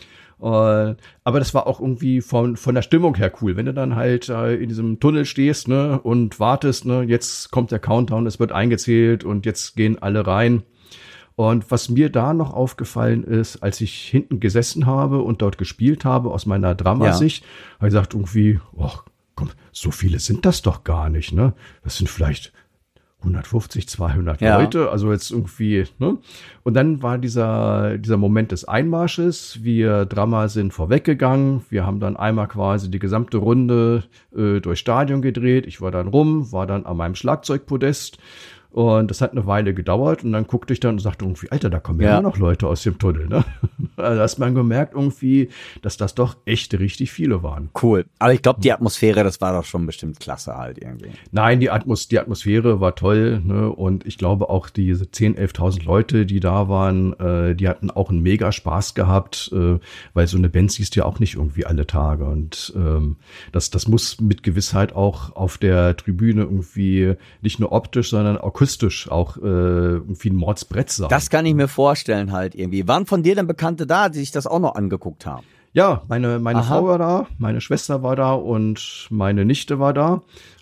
Speaker 3: Uh, aber das war auch irgendwie von von der Stimmung her cool, wenn du dann halt äh, in diesem Tunnel stehst, ne, und wartest, ne, jetzt kommt der Countdown, es wird eingezählt und jetzt gehen alle rein. Und was mir da noch aufgefallen ist, als ich hinten gesessen habe und dort gespielt habe, aus meiner Dramasicht, ja. habe ich gesagt irgendwie, oh, komm, so viele sind das doch gar nicht, ne? Das sind vielleicht hundertfünfzig, zweihundert ja. Leute, also jetzt irgendwie, ne? Und dann war dieser, dieser Moment des Einmarsches. Wir Drama sind vorweggegangen. Wir haben dann einmal quasi die gesamte Runde äh, durchs Stadion gedreht. Ich war dann rum, war dann an meinem Schlagzeugpodest. Und das hat eine Weile gedauert und dann guckte ich dann und sagte irgendwie, Alter, da kommen ja immer noch Leute aus dem Tunnel, ne? Also da hat man gemerkt irgendwie, dass das doch echt richtig viele waren.
Speaker 2: Cool. Aber ich glaube, die Atmosphäre, das war doch schon bestimmt klasse halt irgendwie.
Speaker 3: Nein, die, Atmos- die Atmosphäre war toll, ne? Und ich glaube auch diese zehntausend, elftausend Leute, die da waren, äh, die hatten auch einen mega Spaß gehabt, äh, weil so eine Band siehst du ja auch nicht irgendwie alle Tage. Und ähm, das, das muss mit Gewissheit auch auf der Tribüne irgendwie nicht nur optisch, sondern auch akustisch auch äh, irgendwie ein Mordsbrett sein.
Speaker 2: Das kann ich mir vorstellen halt irgendwie. Waren von dir denn Bekannte da, die sich das auch noch angeguckt haben?
Speaker 3: Ja, meine, meine Frau war da, meine Schwester war da und meine Nichte war da.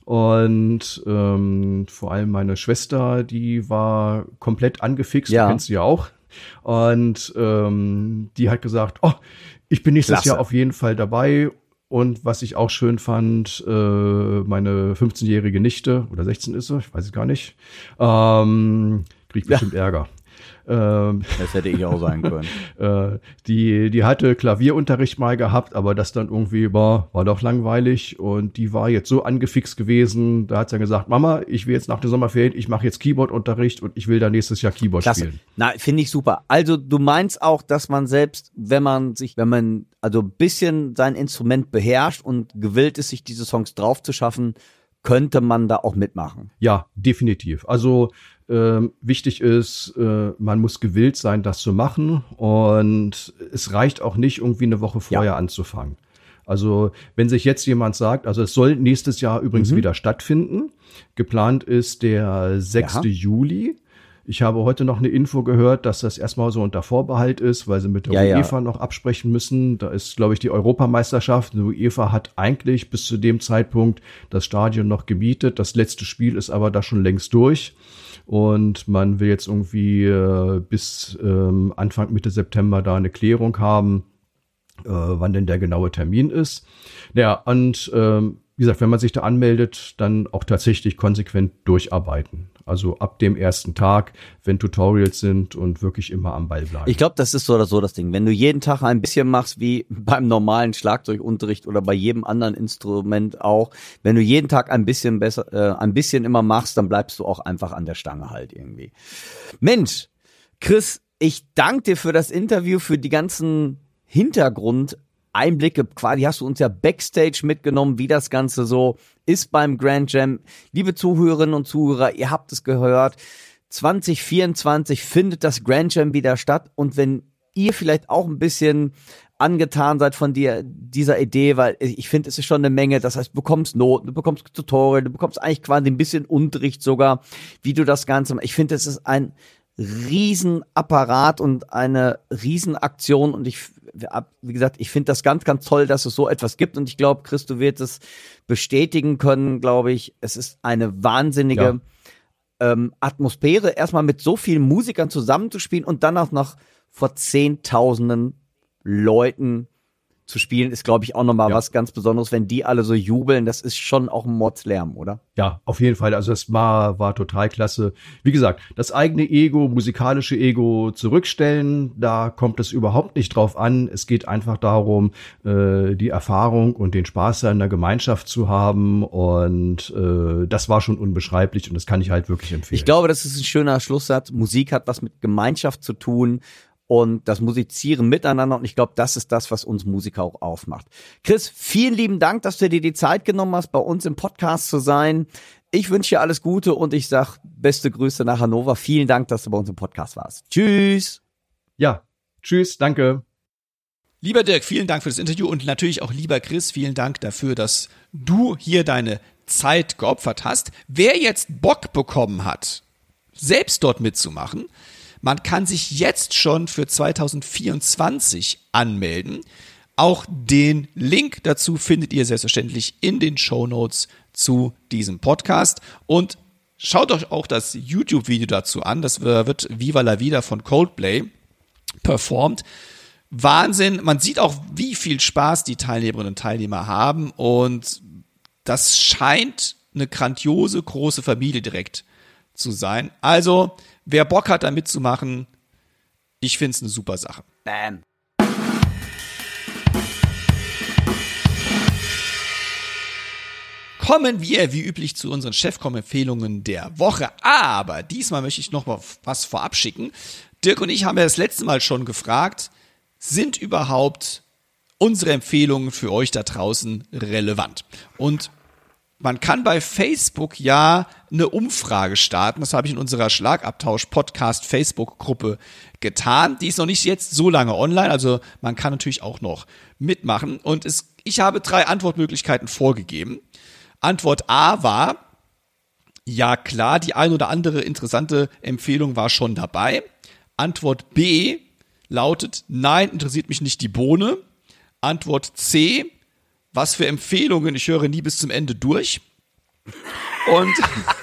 Speaker 3: Und ähm, vor allem meine Schwester, die war komplett angefixt, ja. Du kennst sie ja auch. Und ähm, die hat gesagt, oh, ich bin nächstes Klasse. Jahr auf jeden Fall dabei. Und was ich auch schön fand, äh, meine fünfzehnjährige Nichte, oder sechzehn ist sie, ich weiß es gar nicht, ähm, kriegt bestimmt ja. Ärger. Ähm,
Speaker 2: das hätte ich auch sein können.
Speaker 3: äh, die, die hatte Klavierunterricht mal gehabt, aber das dann irgendwie war, war doch langweilig. Und die war jetzt so angefixt gewesen, da hat sie dann gesagt, Mama, ich will jetzt nach der Sommerferien, ich mache jetzt Keyboardunterricht und ich will da nächstes Jahr Keyboard
Speaker 2: Klasse.
Speaker 3: spielen.
Speaker 2: Na, finde ich super. Also du meinst auch, dass man selbst, wenn man sich, wenn man also ein bisschen sein Instrument beherrscht und gewillt ist, sich diese Songs drauf zu schaffen, könnte man da auch mitmachen?
Speaker 3: Ja, definitiv. Also ähm, wichtig ist, äh, man muss gewillt sein, das zu machen. Und es reicht auch nicht, irgendwie eine Woche vorher ja. anzufangen. Also wenn sich jetzt jemand sagt, also es soll nächstes Jahr übrigens mhm. wieder stattfinden. Geplant ist der sechster Ja. Juli. Ich habe heute noch eine Info gehört, dass das erstmal so unter Vorbehalt ist, weil sie mit der ja, UEFA ja. noch absprechen müssen. Da ist, glaube ich, die Europameisterschaft. Die UEFA hat eigentlich bis zu dem Zeitpunkt das Stadion noch gemietet. Das letzte Spiel ist aber da schon längst durch. Und man will jetzt irgendwie äh, bis ähm, Anfang, Mitte September da eine Klärung haben, äh, wann denn der genaue Termin ist. Ja, und ähm, wie gesagt, wenn man sich da anmeldet, dann auch tatsächlich konsequent durcharbeiten. Also ab dem ersten Tag, wenn Tutorials sind und wirklich immer am Ball bleiben.
Speaker 2: Ich glaube, das ist so oder so das Ding. Wenn du jeden Tag ein bisschen machst, wie beim normalen Schlagzeugunterricht oder bei jedem anderen Instrument auch, wenn du jeden Tag ein bisschen besser, äh, ein bisschen immer machst, dann bleibst du auch einfach an der Stange halt irgendwie. Mensch, Chris, ich danke dir für das Interview, für die ganzen Hintergrundeinblicke, quasi hast du uns ja Backstage mitgenommen, wie das Ganze so ist beim Grand Jam. Liebe Zuhörerinnen und Zuhörer, ihr habt es gehört, zwanzig vierundzwanzig findet das Grand Jam wieder statt und wenn ihr vielleicht auch ein bisschen angetan seid von dir, dieser Idee, weil ich finde, es ist schon eine Menge, das heißt, du bekommst Noten, du bekommst Tutorial, du bekommst eigentlich quasi ein bisschen Unterricht sogar, wie du das Ganze machst. Ich finde, es ist ein Riesenapparat und eine Riesenaktion und ich, wie gesagt, ich finde das ganz, ganz toll, dass es so etwas gibt und ich glaube, Chris, du wirst es bestätigen können, glaube ich, es ist eine wahnsinnige ja. ähm, Atmosphäre, erstmal mit so vielen Musikern zusammenzuspielen und dann auch noch vor Zehntausenden Leuten zu spielen, ist, glaube ich, auch nochmal ja. was ganz Besonderes, wenn die alle so jubeln. Das ist schon auch ein Mordslärm, oder?
Speaker 3: Ja, auf jeden Fall. Also es war, war total klasse. Wie gesagt, das eigene Ego, musikalische Ego zurückstellen, da kommt es überhaupt nicht drauf an. Es geht einfach darum, äh, die Erfahrung und den Spaß in der Gemeinschaft zu haben. Und äh, das war schon unbeschreiblich und das kann ich halt wirklich empfehlen.
Speaker 2: Ich glaube, das ist ein schöner Schlusssatz. Musik hat was mit Gemeinschaft zu tun. Und das Musizieren miteinander. Und ich glaube, das ist das, was uns Musiker auch aufmacht. Chris, vielen lieben Dank, dass du dir die Zeit genommen hast, bei uns im Podcast zu sein. Ich wünsche dir alles Gute und ich sag beste Grüße nach Hannover. Vielen Dank, dass du bei uns im Podcast warst. Tschüss.
Speaker 3: Ja, tschüss, danke.
Speaker 1: Lieber Dirk, vielen Dank für das Interview und natürlich auch lieber Chris, vielen Dank dafür, dass du hier deine Zeit geopfert hast. Wer jetzt Bock bekommen hat, selbst dort mitzumachen, man kann sich jetzt schon für zwanzig vierundzwanzig anmelden. Auch den Link dazu findet ihr selbstverständlich in den Shownotes zu diesem Podcast. Und schaut euch auch das YouTube-Video dazu an. Das wird Viva la Vida von Coldplay performt. Wahnsinn. Man sieht auch, wie viel Spaß die Teilnehmerinnen und Teilnehmer haben. Und das scheint eine grandiose, große Familie direkt zu sein. Also, wer Bock hat, da mitzumachen, ich finde es eine super Sache.
Speaker 2: Bam.
Speaker 1: Kommen wir wie üblich zu unseren Chefkomm-Empfehlungen der Woche. Aber diesmal möchte ich noch mal was vorab schicken. Dirk und ich haben ja das letzte Mal schon gefragt, sind überhaupt unsere Empfehlungen für euch da draußen relevant? Und man kann bei Facebook ja eine Umfrage starten. Das habe ich in unserer Schlagabtausch-Podcast-Facebook-Gruppe getan. Die ist noch nicht jetzt so lange online, also man kann natürlich auch noch mitmachen. Und es, ich habe drei Antwortmöglichkeiten vorgegeben. Antwort A war, ja klar, die ein oder andere interessante Empfehlung war schon dabei. Antwort B lautet, nein, interessiert mich nicht die Bohne. Antwort C, was für Empfehlungen, ich höre nie bis zum Ende durch. Und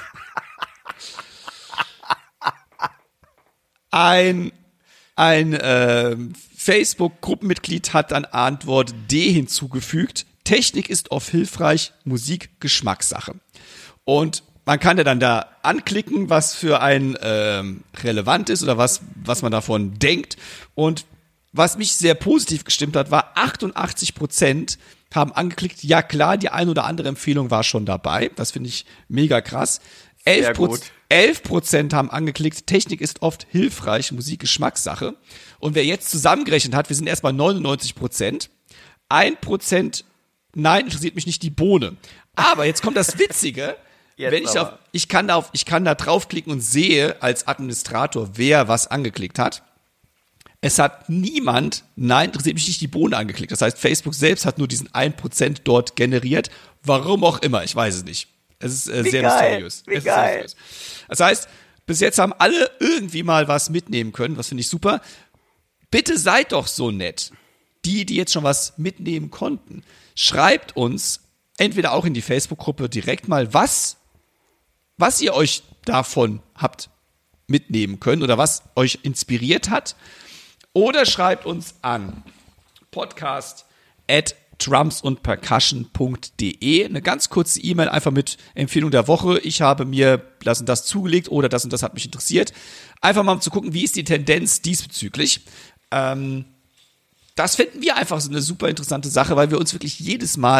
Speaker 1: ein, ein äh, Facebook-Gruppenmitglied hat dann Antwort D hinzugefügt. Technik ist oft hilfreich, Musik Geschmackssache. Und man kann ja dann da anklicken, was für ein ähm, relevant ist oder was, was man davon denkt. Und was mich sehr positiv gestimmt hat, war achtundachtzig Prozent haben angeklickt, ja klar, die ein oder andere Empfehlung war schon dabei. Das finde ich mega krass. elf Prozent haben angeklickt, Technik ist oft hilfreich, Musik Geschmackssache. Und wer jetzt zusammengerechnet hat, wir sind erst bei neunundneunzig Prozent. ein Prozent, nein, interessiert mich nicht die Bohne. Aber jetzt kommt das Witzige, jetzt wenn ich auf, ich kann da auf, ich kann da draufklicken und sehe als Administrator, wer was angeklickt hat. Es hat niemand, nein, interessiert mich nicht die Bohne angeklickt. Das heißt, Facebook selbst hat nur diesen ein Prozent dort generiert. Warum auch immer, ich weiß es nicht. Es ist äh, sehr
Speaker 2: geil,
Speaker 1: mysteriös.
Speaker 2: Wie
Speaker 1: es
Speaker 2: geil.
Speaker 1: Ist mysteriös. Das heißt, bis jetzt haben alle irgendwie mal was mitnehmen können. Das finde ich super. Bitte seid doch so nett. Die, die jetzt schon was mitnehmen konnten, schreibt uns entweder auch in die Facebook-Gruppe direkt mal, was, was ihr euch davon habt mitnehmen können oder was euch inspiriert hat. Oder schreibt uns an podcast at drumsundpercussion punkt de. Eine ganz kurze E-Mail einfach mit Empfehlung der Woche. Ich habe mir das und das zugelegt oder das und das hat mich interessiert. Einfach mal um zu gucken, wie ist die Tendenz diesbezüglich. Ähm, das finden wir einfach so eine super interessante Sache, weil wir uns wirklich jedes Mal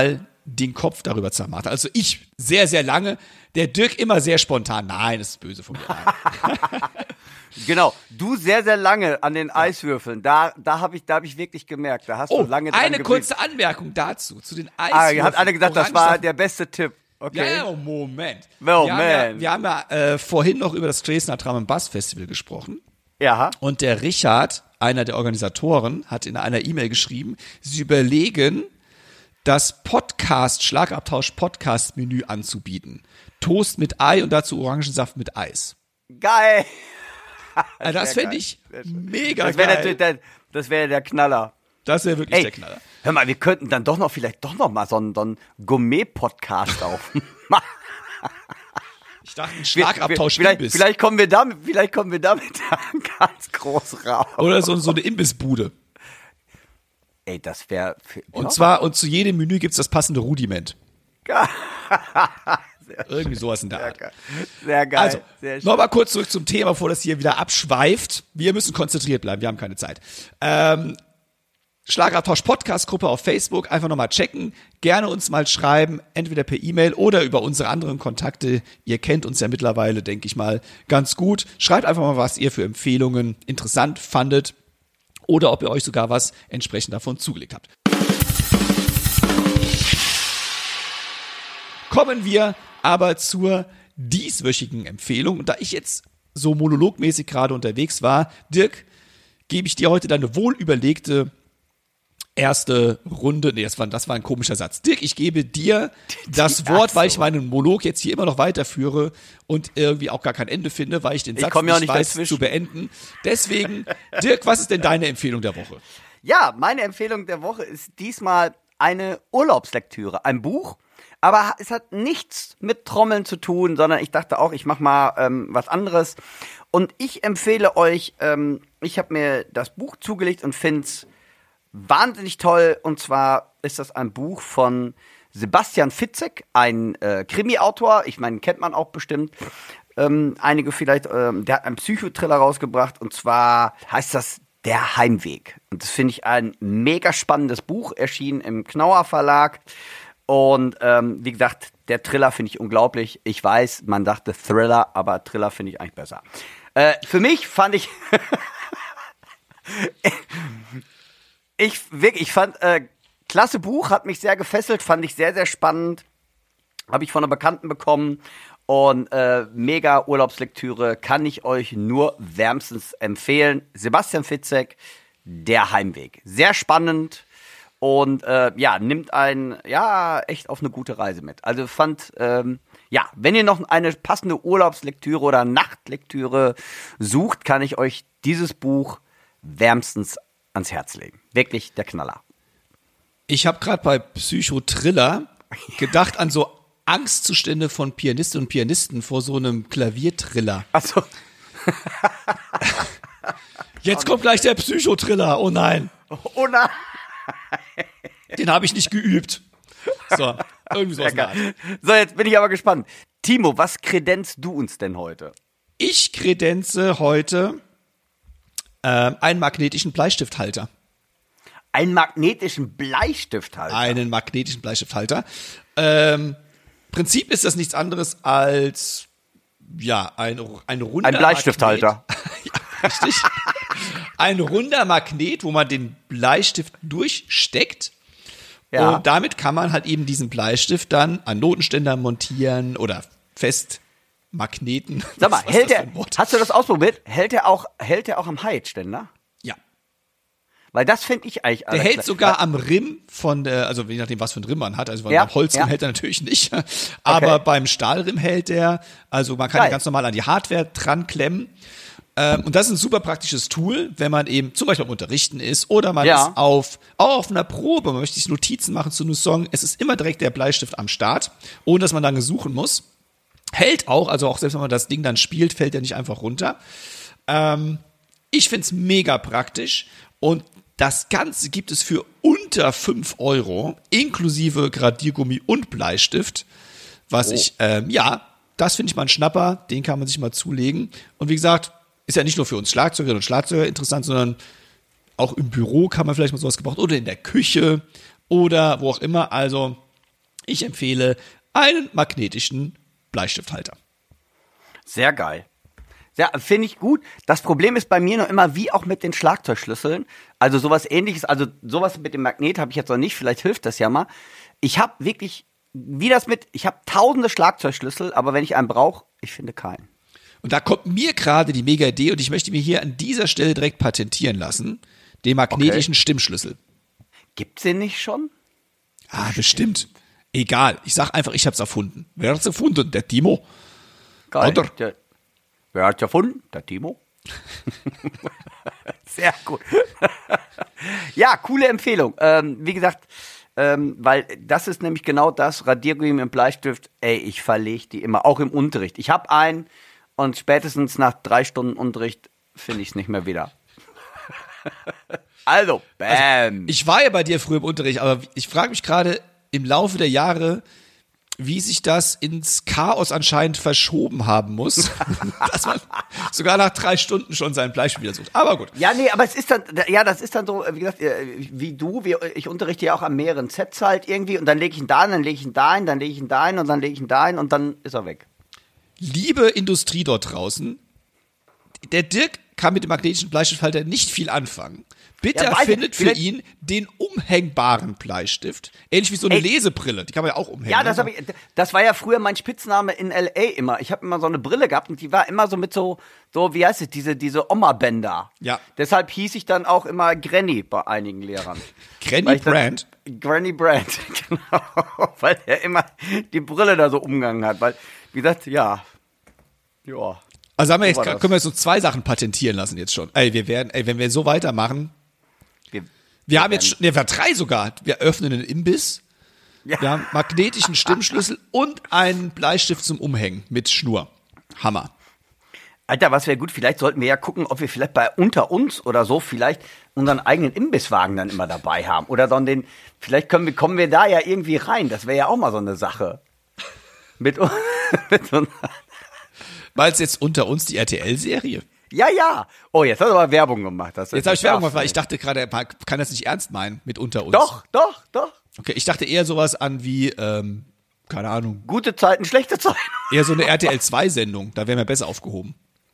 Speaker 1: den Kopf darüber zermacht. Also ich sehr, sehr lange, der Dirk immer sehr spontan. Nein, das ist böse von mir.
Speaker 2: Genau, du sehr, sehr lange an den Eiswürfeln. Da, da habe ich, da hab ich wirklich gemerkt, da hast
Speaker 1: Oh,
Speaker 2: du lange dran
Speaker 1: eine
Speaker 2: geblieben.
Speaker 1: kurze Anmerkung dazu, zu den
Speaker 2: Ah,
Speaker 1: Eiswürfeln.
Speaker 2: ihr habt alle gesagt, das war
Speaker 1: Orangensaft.
Speaker 2: der beste Tipp. Okay.
Speaker 1: Ja, oh, Moment.
Speaker 2: Oh,
Speaker 1: wir, haben ja,
Speaker 2: man.
Speaker 1: wir haben ja äh, vorhin noch über das Dresdner Drum and Bass Festival gesprochen.
Speaker 2: Ja.
Speaker 1: Und der Richard, einer der Organisatoren, hat in einer E-Mail geschrieben, sie überlegen, das Podcast, Schlagabtausch-Podcast-Menü anzubieten. Toast mit Ei und dazu Orangensaft mit Eis.
Speaker 2: Geil.
Speaker 1: Das, das fände ich mega
Speaker 2: Das wäre
Speaker 1: geil.
Speaker 2: natürlich der, das wäre der Knaller.
Speaker 1: Das wäre wirklich
Speaker 2: Ey,
Speaker 1: der Knaller.
Speaker 2: hör mal, wir könnten dann doch noch vielleicht doch noch mal so einen, so einen Gourmet-Podcast aufmachen.
Speaker 1: Ich dachte, ein
Speaker 2: Wir-
Speaker 1: Schlagabtausch
Speaker 2: vielleicht,
Speaker 1: Imbiss.
Speaker 2: vielleicht kommen wir damit, vielleicht kommen wir damit ganz groß raus.
Speaker 1: Oder so, so eine Imbissbude.
Speaker 2: Ey, das wäre
Speaker 1: Und zwar, und zu jedem Menü gibt's das passende Rudiment. Irgendwie sowas in der Art.
Speaker 2: sehr geil.
Speaker 1: Also,
Speaker 2: sehr schön.
Speaker 1: nochmal kurz zurück zum Thema, bevor das hier wieder abschweift. Wir müssen konzentriert bleiben, wir haben keine Zeit. Ähm, Schlagabtausch Podcast-Gruppe auf Facebook, einfach nochmal checken. Gerne uns mal schreiben, entweder per E-Mail oder über unsere anderen Kontakte. Ihr kennt uns ja mittlerweile, denke ich mal, ganz gut. Schreibt einfach mal, was ihr für Empfehlungen interessant fandet oder ob ihr euch sogar was entsprechend davon zugelegt habt. Kommen wir aber zur dieswöchigen Empfehlung. Und da ich jetzt so monologmäßig gerade unterwegs war, Dirk, gebe ich dir heute deine wohlüberlegte erste Runde. Nee, das war, das war ein komischer Satz. Dirk, ich gebe dir das Wort, weil ich meinen Monolog jetzt hier immer noch weiterführe und irgendwie auch gar kein Ende finde, weil ich den
Speaker 2: Ich
Speaker 1: Satz
Speaker 2: komm ja auch
Speaker 1: nicht
Speaker 2: nicht
Speaker 1: weiß
Speaker 2: dazwischen.
Speaker 1: zu beenden. Deswegen, Dirk, was ist denn deine Empfehlung der Woche?
Speaker 2: Ja, meine Empfehlung der Woche ist diesmal eine Urlaubslektüre, ein Buch. Aber es hat nichts mit Trommeln zu tun, sondern ich dachte auch, ich mache mal ähm, was anderes. Und ich empfehle euch, ähm, ich habe mir das Buch zugelegt und finde es wahnsinnig toll. Und zwar ist das ein Buch von Sebastian Fitzek, ein äh, Krimi-Autor. Ich meine, kennt man auch bestimmt. Ähm, einige vielleicht. Ähm, der hat einen Psychothriller rausgebracht. Und zwar heißt das Der Heimweg. Und das finde ich ein mega spannendes Buch. Erschienen im Knauer Verlag. Und ähm, wie gesagt, der Thriller finde ich unglaublich. Ich weiß, man dachte Thriller, aber Thriller finde ich eigentlich besser. Äh, für mich fand ich... ich wirklich, ich fand... Äh, klasse Buch, hat mich sehr gefesselt, fand ich sehr, sehr spannend. Habe ich von einer Bekannten bekommen. Und äh, mega Urlaubslektüre, kann ich euch nur wärmstens empfehlen. Sebastian Fitzek, Der Heimweg. Sehr spannend. Und äh, ja, nimmt einen, ja, echt auf eine gute Reise mit. Also fand, ähm, ja, wenn ihr noch eine passende Urlaubslektüre oder Nachtlektüre sucht, kann ich euch dieses Buch wärmstens ans Herz legen. Wirklich der Knaller.
Speaker 1: Ich habe gerade bei Psychothriller gedacht an so Angstzustände von Pianistinnen und Pianisten vor so einem Klaviertriller.
Speaker 2: Achso.
Speaker 1: Jetzt kommt gleich der Psychotriller. Oh nein,
Speaker 2: Oh nein.
Speaker 1: den habe ich nicht geübt. So, irgendwie so.
Speaker 2: So, jetzt bin ich aber gespannt. Timo, was kredenzt du uns denn heute?
Speaker 1: Ich kredenze heute äh, einen magnetischen Bleistifthalter.
Speaker 2: Einen magnetischen Bleistifthalter.
Speaker 1: Einen magnetischen Bleistifthalter. Ähm, Prinzip ist das nichts anderes als ja ein, ein runder
Speaker 2: Ein Bleistifthalter.
Speaker 1: Magnet. Ja, richtig. Ein runder Magnet, wo man den Bleistift durchsteckt.
Speaker 2: Ja.
Speaker 1: Und damit kann man halt eben diesen Bleistift dann an Notenständer montieren oder festmagneten.
Speaker 2: Sag mal,
Speaker 1: Was ist
Speaker 2: hält
Speaker 1: das
Speaker 2: er,
Speaker 1: für ein Wort?
Speaker 2: hast du das ausprobiert? Hält er auch, hält er auch am Hi-Ständer?
Speaker 1: Ja.
Speaker 2: Weil das finde ich eigentlich
Speaker 1: Der hält sogar am Rim von der, also je nachdem, was für ein Rim man hat. Also
Speaker 2: Ja,
Speaker 1: beim Holzrim
Speaker 2: ja.
Speaker 1: hält er natürlich nicht. Aber
Speaker 2: Okay.
Speaker 1: beim Stahlrim hält er. Also man kann ihn
Speaker 2: Geil.
Speaker 1: ganz normal an die Hardware dran klemmen. Ähm, und das ist ein super praktisches Tool, wenn man eben zum Beispiel am Unterrichten ist oder man
Speaker 2: Ja.
Speaker 1: ist auf, auch auf einer Probe, man möchte sich Notizen machen zu einem Song. Es ist immer direkt der Bleistift am Start, ohne dass man lange suchen muss. Hält auch, also auch selbst wenn man das Ding dann spielt, fällt er nicht einfach runter. Ähm, ich find's mega praktisch und das Ganze gibt es für unter fünf Euro, inklusive Gradiergummi und Bleistift, was
Speaker 2: Oh.
Speaker 1: ich, ähm, ja, das finde ich mal ein Schnapper, den kann man sich mal zulegen. Und wie gesagt, ist ja nicht nur für uns Schlagzeugerinnen und Schlagzeuger interessant, sondern auch im Büro kann man vielleicht mal sowas gebrauchen oder in der Küche oder wo auch immer. Also Ich empfehle einen magnetischen Bleistifthalter.
Speaker 2: Sehr geil. Ja, finde ich gut. Das Problem ist bei mir noch immer, wie auch mit den Schlagzeugschlüsseln. Also sowas ähnliches, also sowas mit dem Magnet habe ich jetzt noch nicht, vielleicht hilft das ja mal. Ich habe wirklich, wie das mit, ich habe tausende Schlagzeugschlüssel, aber wenn ich einen brauche, ich finde keinen.
Speaker 1: Und da kommt mir gerade die mega Idee und ich möchte mir hier an dieser Stelle direkt patentieren lassen, den magnetischen okay. Stimmschlüssel.
Speaker 2: Gibt's den nicht schon?
Speaker 1: Ah, bestimmt. Egal, ich sag einfach, ich hab's erfunden. Wer hat's erfunden? Der Timo.
Speaker 2: Geil. Oder? Der, wer hat's erfunden? Der Timo. Sehr gut. Ja, coole Empfehlung. Ähm, wie gesagt, ähm, weil das ist nämlich genau das, Radiergummi im Bleistift, ey, ich verlege die immer, auch im Unterricht. Ich habe einen und spätestens nach drei Stunden Unterricht finde ich es nicht mehr wieder. Also, bam. Also,
Speaker 1: ich war ja bei dir früher im Unterricht, aber ich frage mich gerade im Laufe der Jahre, wie sich das ins Chaos anscheinend verschoben haben muss, dass man sogar nach drei Stunden schon seinen Bleistift wieder sucht. Aber gut.
Speaker 2: Ja, nee, aber es ist dann, ja, das ist dann so, wie gesagt, wie du, wie, ich unterrichte ja auch an mehreren Sets halt irgendwie und dann lege ich ihn da ein, dann lege ich ihn da ein, dann lege ich ihn da ein und dann lege ich ihn da ein und dann ist er weg.
Speaker 1: Liebe Industrie dort draußen, der Dirk kann mit dem magnetischen Bleistifthalter nicht viel anfangen. Bitte ja, erfindet für ihn den umhängbaren Bleistift. Ähnlich wie so eine Ey, Lesebrille. Die kann man ja auch umhängen.
Speaker 2: Ja, das, hab ich, das war ja früher mein Spitzname in L A immer. Ich habe immer so eine Brille gehabt und die war immer so mit so, so wie heißt es, diese, diese Oma-Bänder.
Speaker 1: Ja.
Speaker 2: Deshalb hieß ich dann auch immer Granny bei einigen Lehrern.
Speaker 1: Granny Brand?
Speaker 2: Dann, Granny Brand, genau. Weil er immer die Brille da so umgegangen hat. Weil, wie gesagt, ja. Ja.
Speaker 1: Also haben wir jetzt, können wir jetzt so zwei Sachen patentieren lassen jetzt schon. Ey, wir werden, ey, wenn wir so weitermachen. Wir, wir, wir haben jetzt, ne, wir haben drei sogar. Wir öffnen einen Imbiss. Ja. Wir haben magnetischen Stimmschlüssel und einen Bleistift zum Umhängen mit Schnur. Hammer.
Speaker 2: Alter, was wäre gut, vielleicht sollten wir ja gucken, ob wir vielleicht bei unter uns oder so vielleicht unseren eigenen Imbisswagen dann immer dabei haben. Oder so den, vielleicht können wir, kommen wir da ja irgendwie rein. Das wäre ja auch mal so eine Sache. Mit, mit so einer
Speaker 1: Meinst du jetzt unter uns die R T L-Serie?
Speaker 2: Ja, ja. Oh, jetzt hast du aber Werbung gemacht. Das
Speaker 1: jetzt habe ich Werbung gemacht, weil ich dachte gerade, er kann das nicht ernst meinen mit unter uns.
Speaker 2: Doch, doch, doch.
Speaker 1: Okay, ich dachte eher sowas an wie, ähm, keine Ahnung.
Speaker 2: Gute Zeiten, schlechte Zeiten.
Speaker 1: Eher so eine R T L zwei Sendung, da wären wir besser aufgehoben.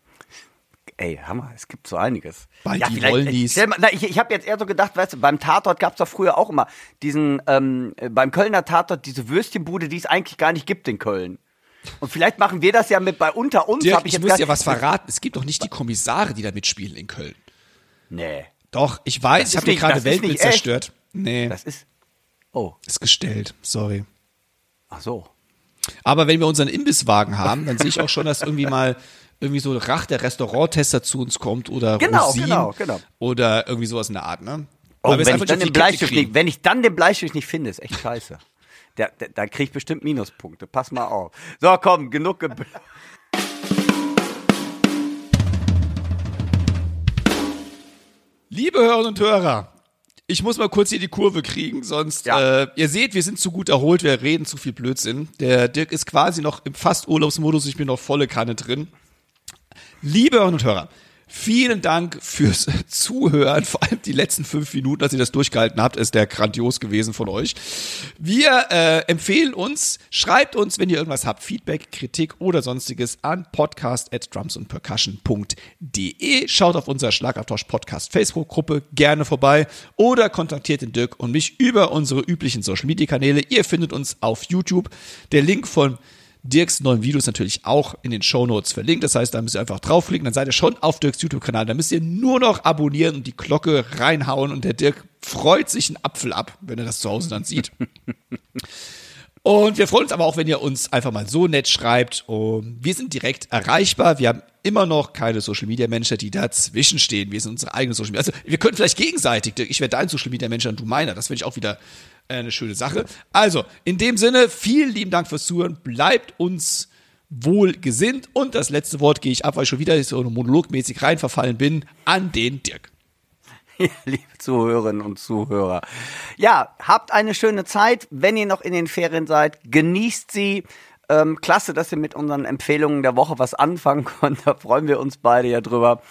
Speaker 2: Ey, Hammer, es gibt so einiges.
Speaker 1: Bei
Speaker 2: ja,
Speaker 1: die Wollnies.
Speaker 2: Ich, ich habe jetzt eher so gedacht, weißt du, beim Tatort gab es doch früher auch immer diesen, ähm, beim Kölner Tatort diese Würstchenbude, die es eigentlich gar nicht gibt in Köln. Und vielleicht machen wir das ja mit bei unter uns.
Speaker 1: Dirk,
Speaker 2: hab ich
Speaker 1: ich
Speaker 2: jetzt
Speaker 1: muss dir was verraten. Es gibt doch nicht die Kommissare, die da mitspielen in Köln.
Speaker 2: Nee.
Speaker 1: Doch, ich weiß, ich habe dir gerade Weltbild zerstört. Nee.
Speaker 2: Das ist, oh.
Speaker 1: Ist gestellt, sorry.
Speaker 2: Ach so.
Speaker 1: Aber wenn wir unseren Imbisswagen haben, dann sehe ich auch schon, dass irgendwie mal irgendwie so Rach der Restauranttester zu uns kommt oder
Speaker 2: genau,
Speaker 1: Rosin
Speaker 2: genau, genau.
Speaker 1: oder irgendwie sowas in der Art, ne?
Speaker 2: Oh, wenn, ich dann den Bleistift nicht, wenn ich dann den Bleistift nicht finde, ist echt scheiße. Da, da, da krieg ich bestimmt Minuspunkte. Pass mal auf. So, komm, genug. Ge-
Speaker 1: Liebe Hörerinnen und Hörer, ich muss mal kurz hier die Kurve kriegen, sonst, ja. äh, ihr seht, wir sind zu gut erholt, wir reden zu viel Blödsinn. Der Dirk ist quasi noch im fast Urlaubsmodus, ich bin noch volle Kanne drin. Liebe Hörerinnen und Hörer, vielen Dank fürs Zuhören, vor allem die letzten fünf Minuten, dass ihr das durchgehalten habt, ist der grandios gewesen von euch. Wir äh, empfehlen uns, schreibt uns, wenn ihr irgendwas habt, Feedback, Kritik oder sonstiges an podcast at drumsandpercussion punkt de. Schaut auf unserer Schlagabtausch Podcast Facebook-Gruppe gerne vorbei oder kontaktiert den Dirk und mich über unsere üblichen Social-Media-Kanäle. Ihr findet uns auf YouTube. Der Link von Dirks neuen Videos natürlich auch in den Shownotes verlinkt. Das heißt, da müsst ihr einfach draufklicken, dann seid ihr schon auf Dirks YouTube-Kanal. Da müsst ihr nur noch abonnieren und die Glocke reinhauen und der Dirk freut sich einen Apfel ab, wenn er das zu Hause dann sieht. Und wir freuen uns aber auch, wenn ihr uns einfach mal so nett schreibt. Und wir sind direkt erreichbar. Wir haben immer noch keine Social-Media-Manager, die dazwischen stehen. Wir sind unsere eigenen Social-Media. Also wir können vielleicht gegenseitig, Dirk, ich werde dein Social-Media-Manager und du meiner. Das finde ich auch wieder eine schöne Sache. Also, in dem Sinne, vielen lieben Dank fürs Zuhören. Bleibt uns wohlgesinnt. Und das letzte Wort gehe ich ab, weil ich schon wieder so monologmäßig reinverfallen bin, an den Dirk.
Speaker 2: Ja, liebe Zuhörerinnen und Zuhörer. Ja, habt eine schöne Zeit. Wenn ihr noch in den Ferien seid, genießt sie. Ähm, klasse, dass ihr mit unseren Empfehlungen der Woche was anfangen könnt. Da freuen wir uns beide ja drüber.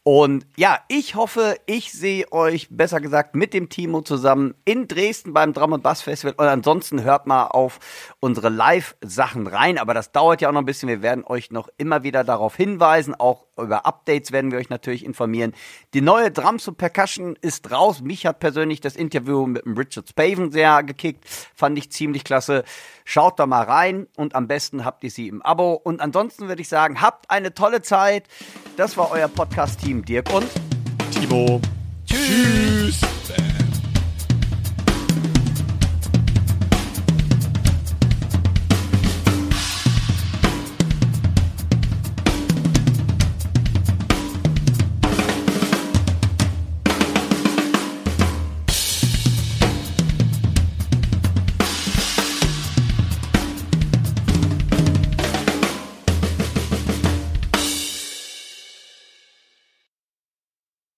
Speaker 2: Und ja, ich hoffe, ich sehe euch, besser gesagt, mit dem Timo zusammen in Dresden beim Drum and Bass Festival. Und ansonsten hört mal auf unsere Live-Sachen rein. Aber das dauert ja auch noch ein bisschen. Wir werden euch noch immer wieder darauf hinweisen. Auch über Updates werden wir euch natürlich informieren. Die neue Drums und Percussion ist raus. Mich hat persönlich das Interview mit dem Richard Spaven sehr gekickt. Fand ich ziemlich klasse. Schaut da mal rein und am besten habt ihr sie im Abo. Und ansonsten würde ich sagen, habt eine tolle Zeit. Das war euer Podcast-Team Dirk und
Speaker 1: Timo.
Speaker 2: Tschüss.
Speaker 1: Tschüss.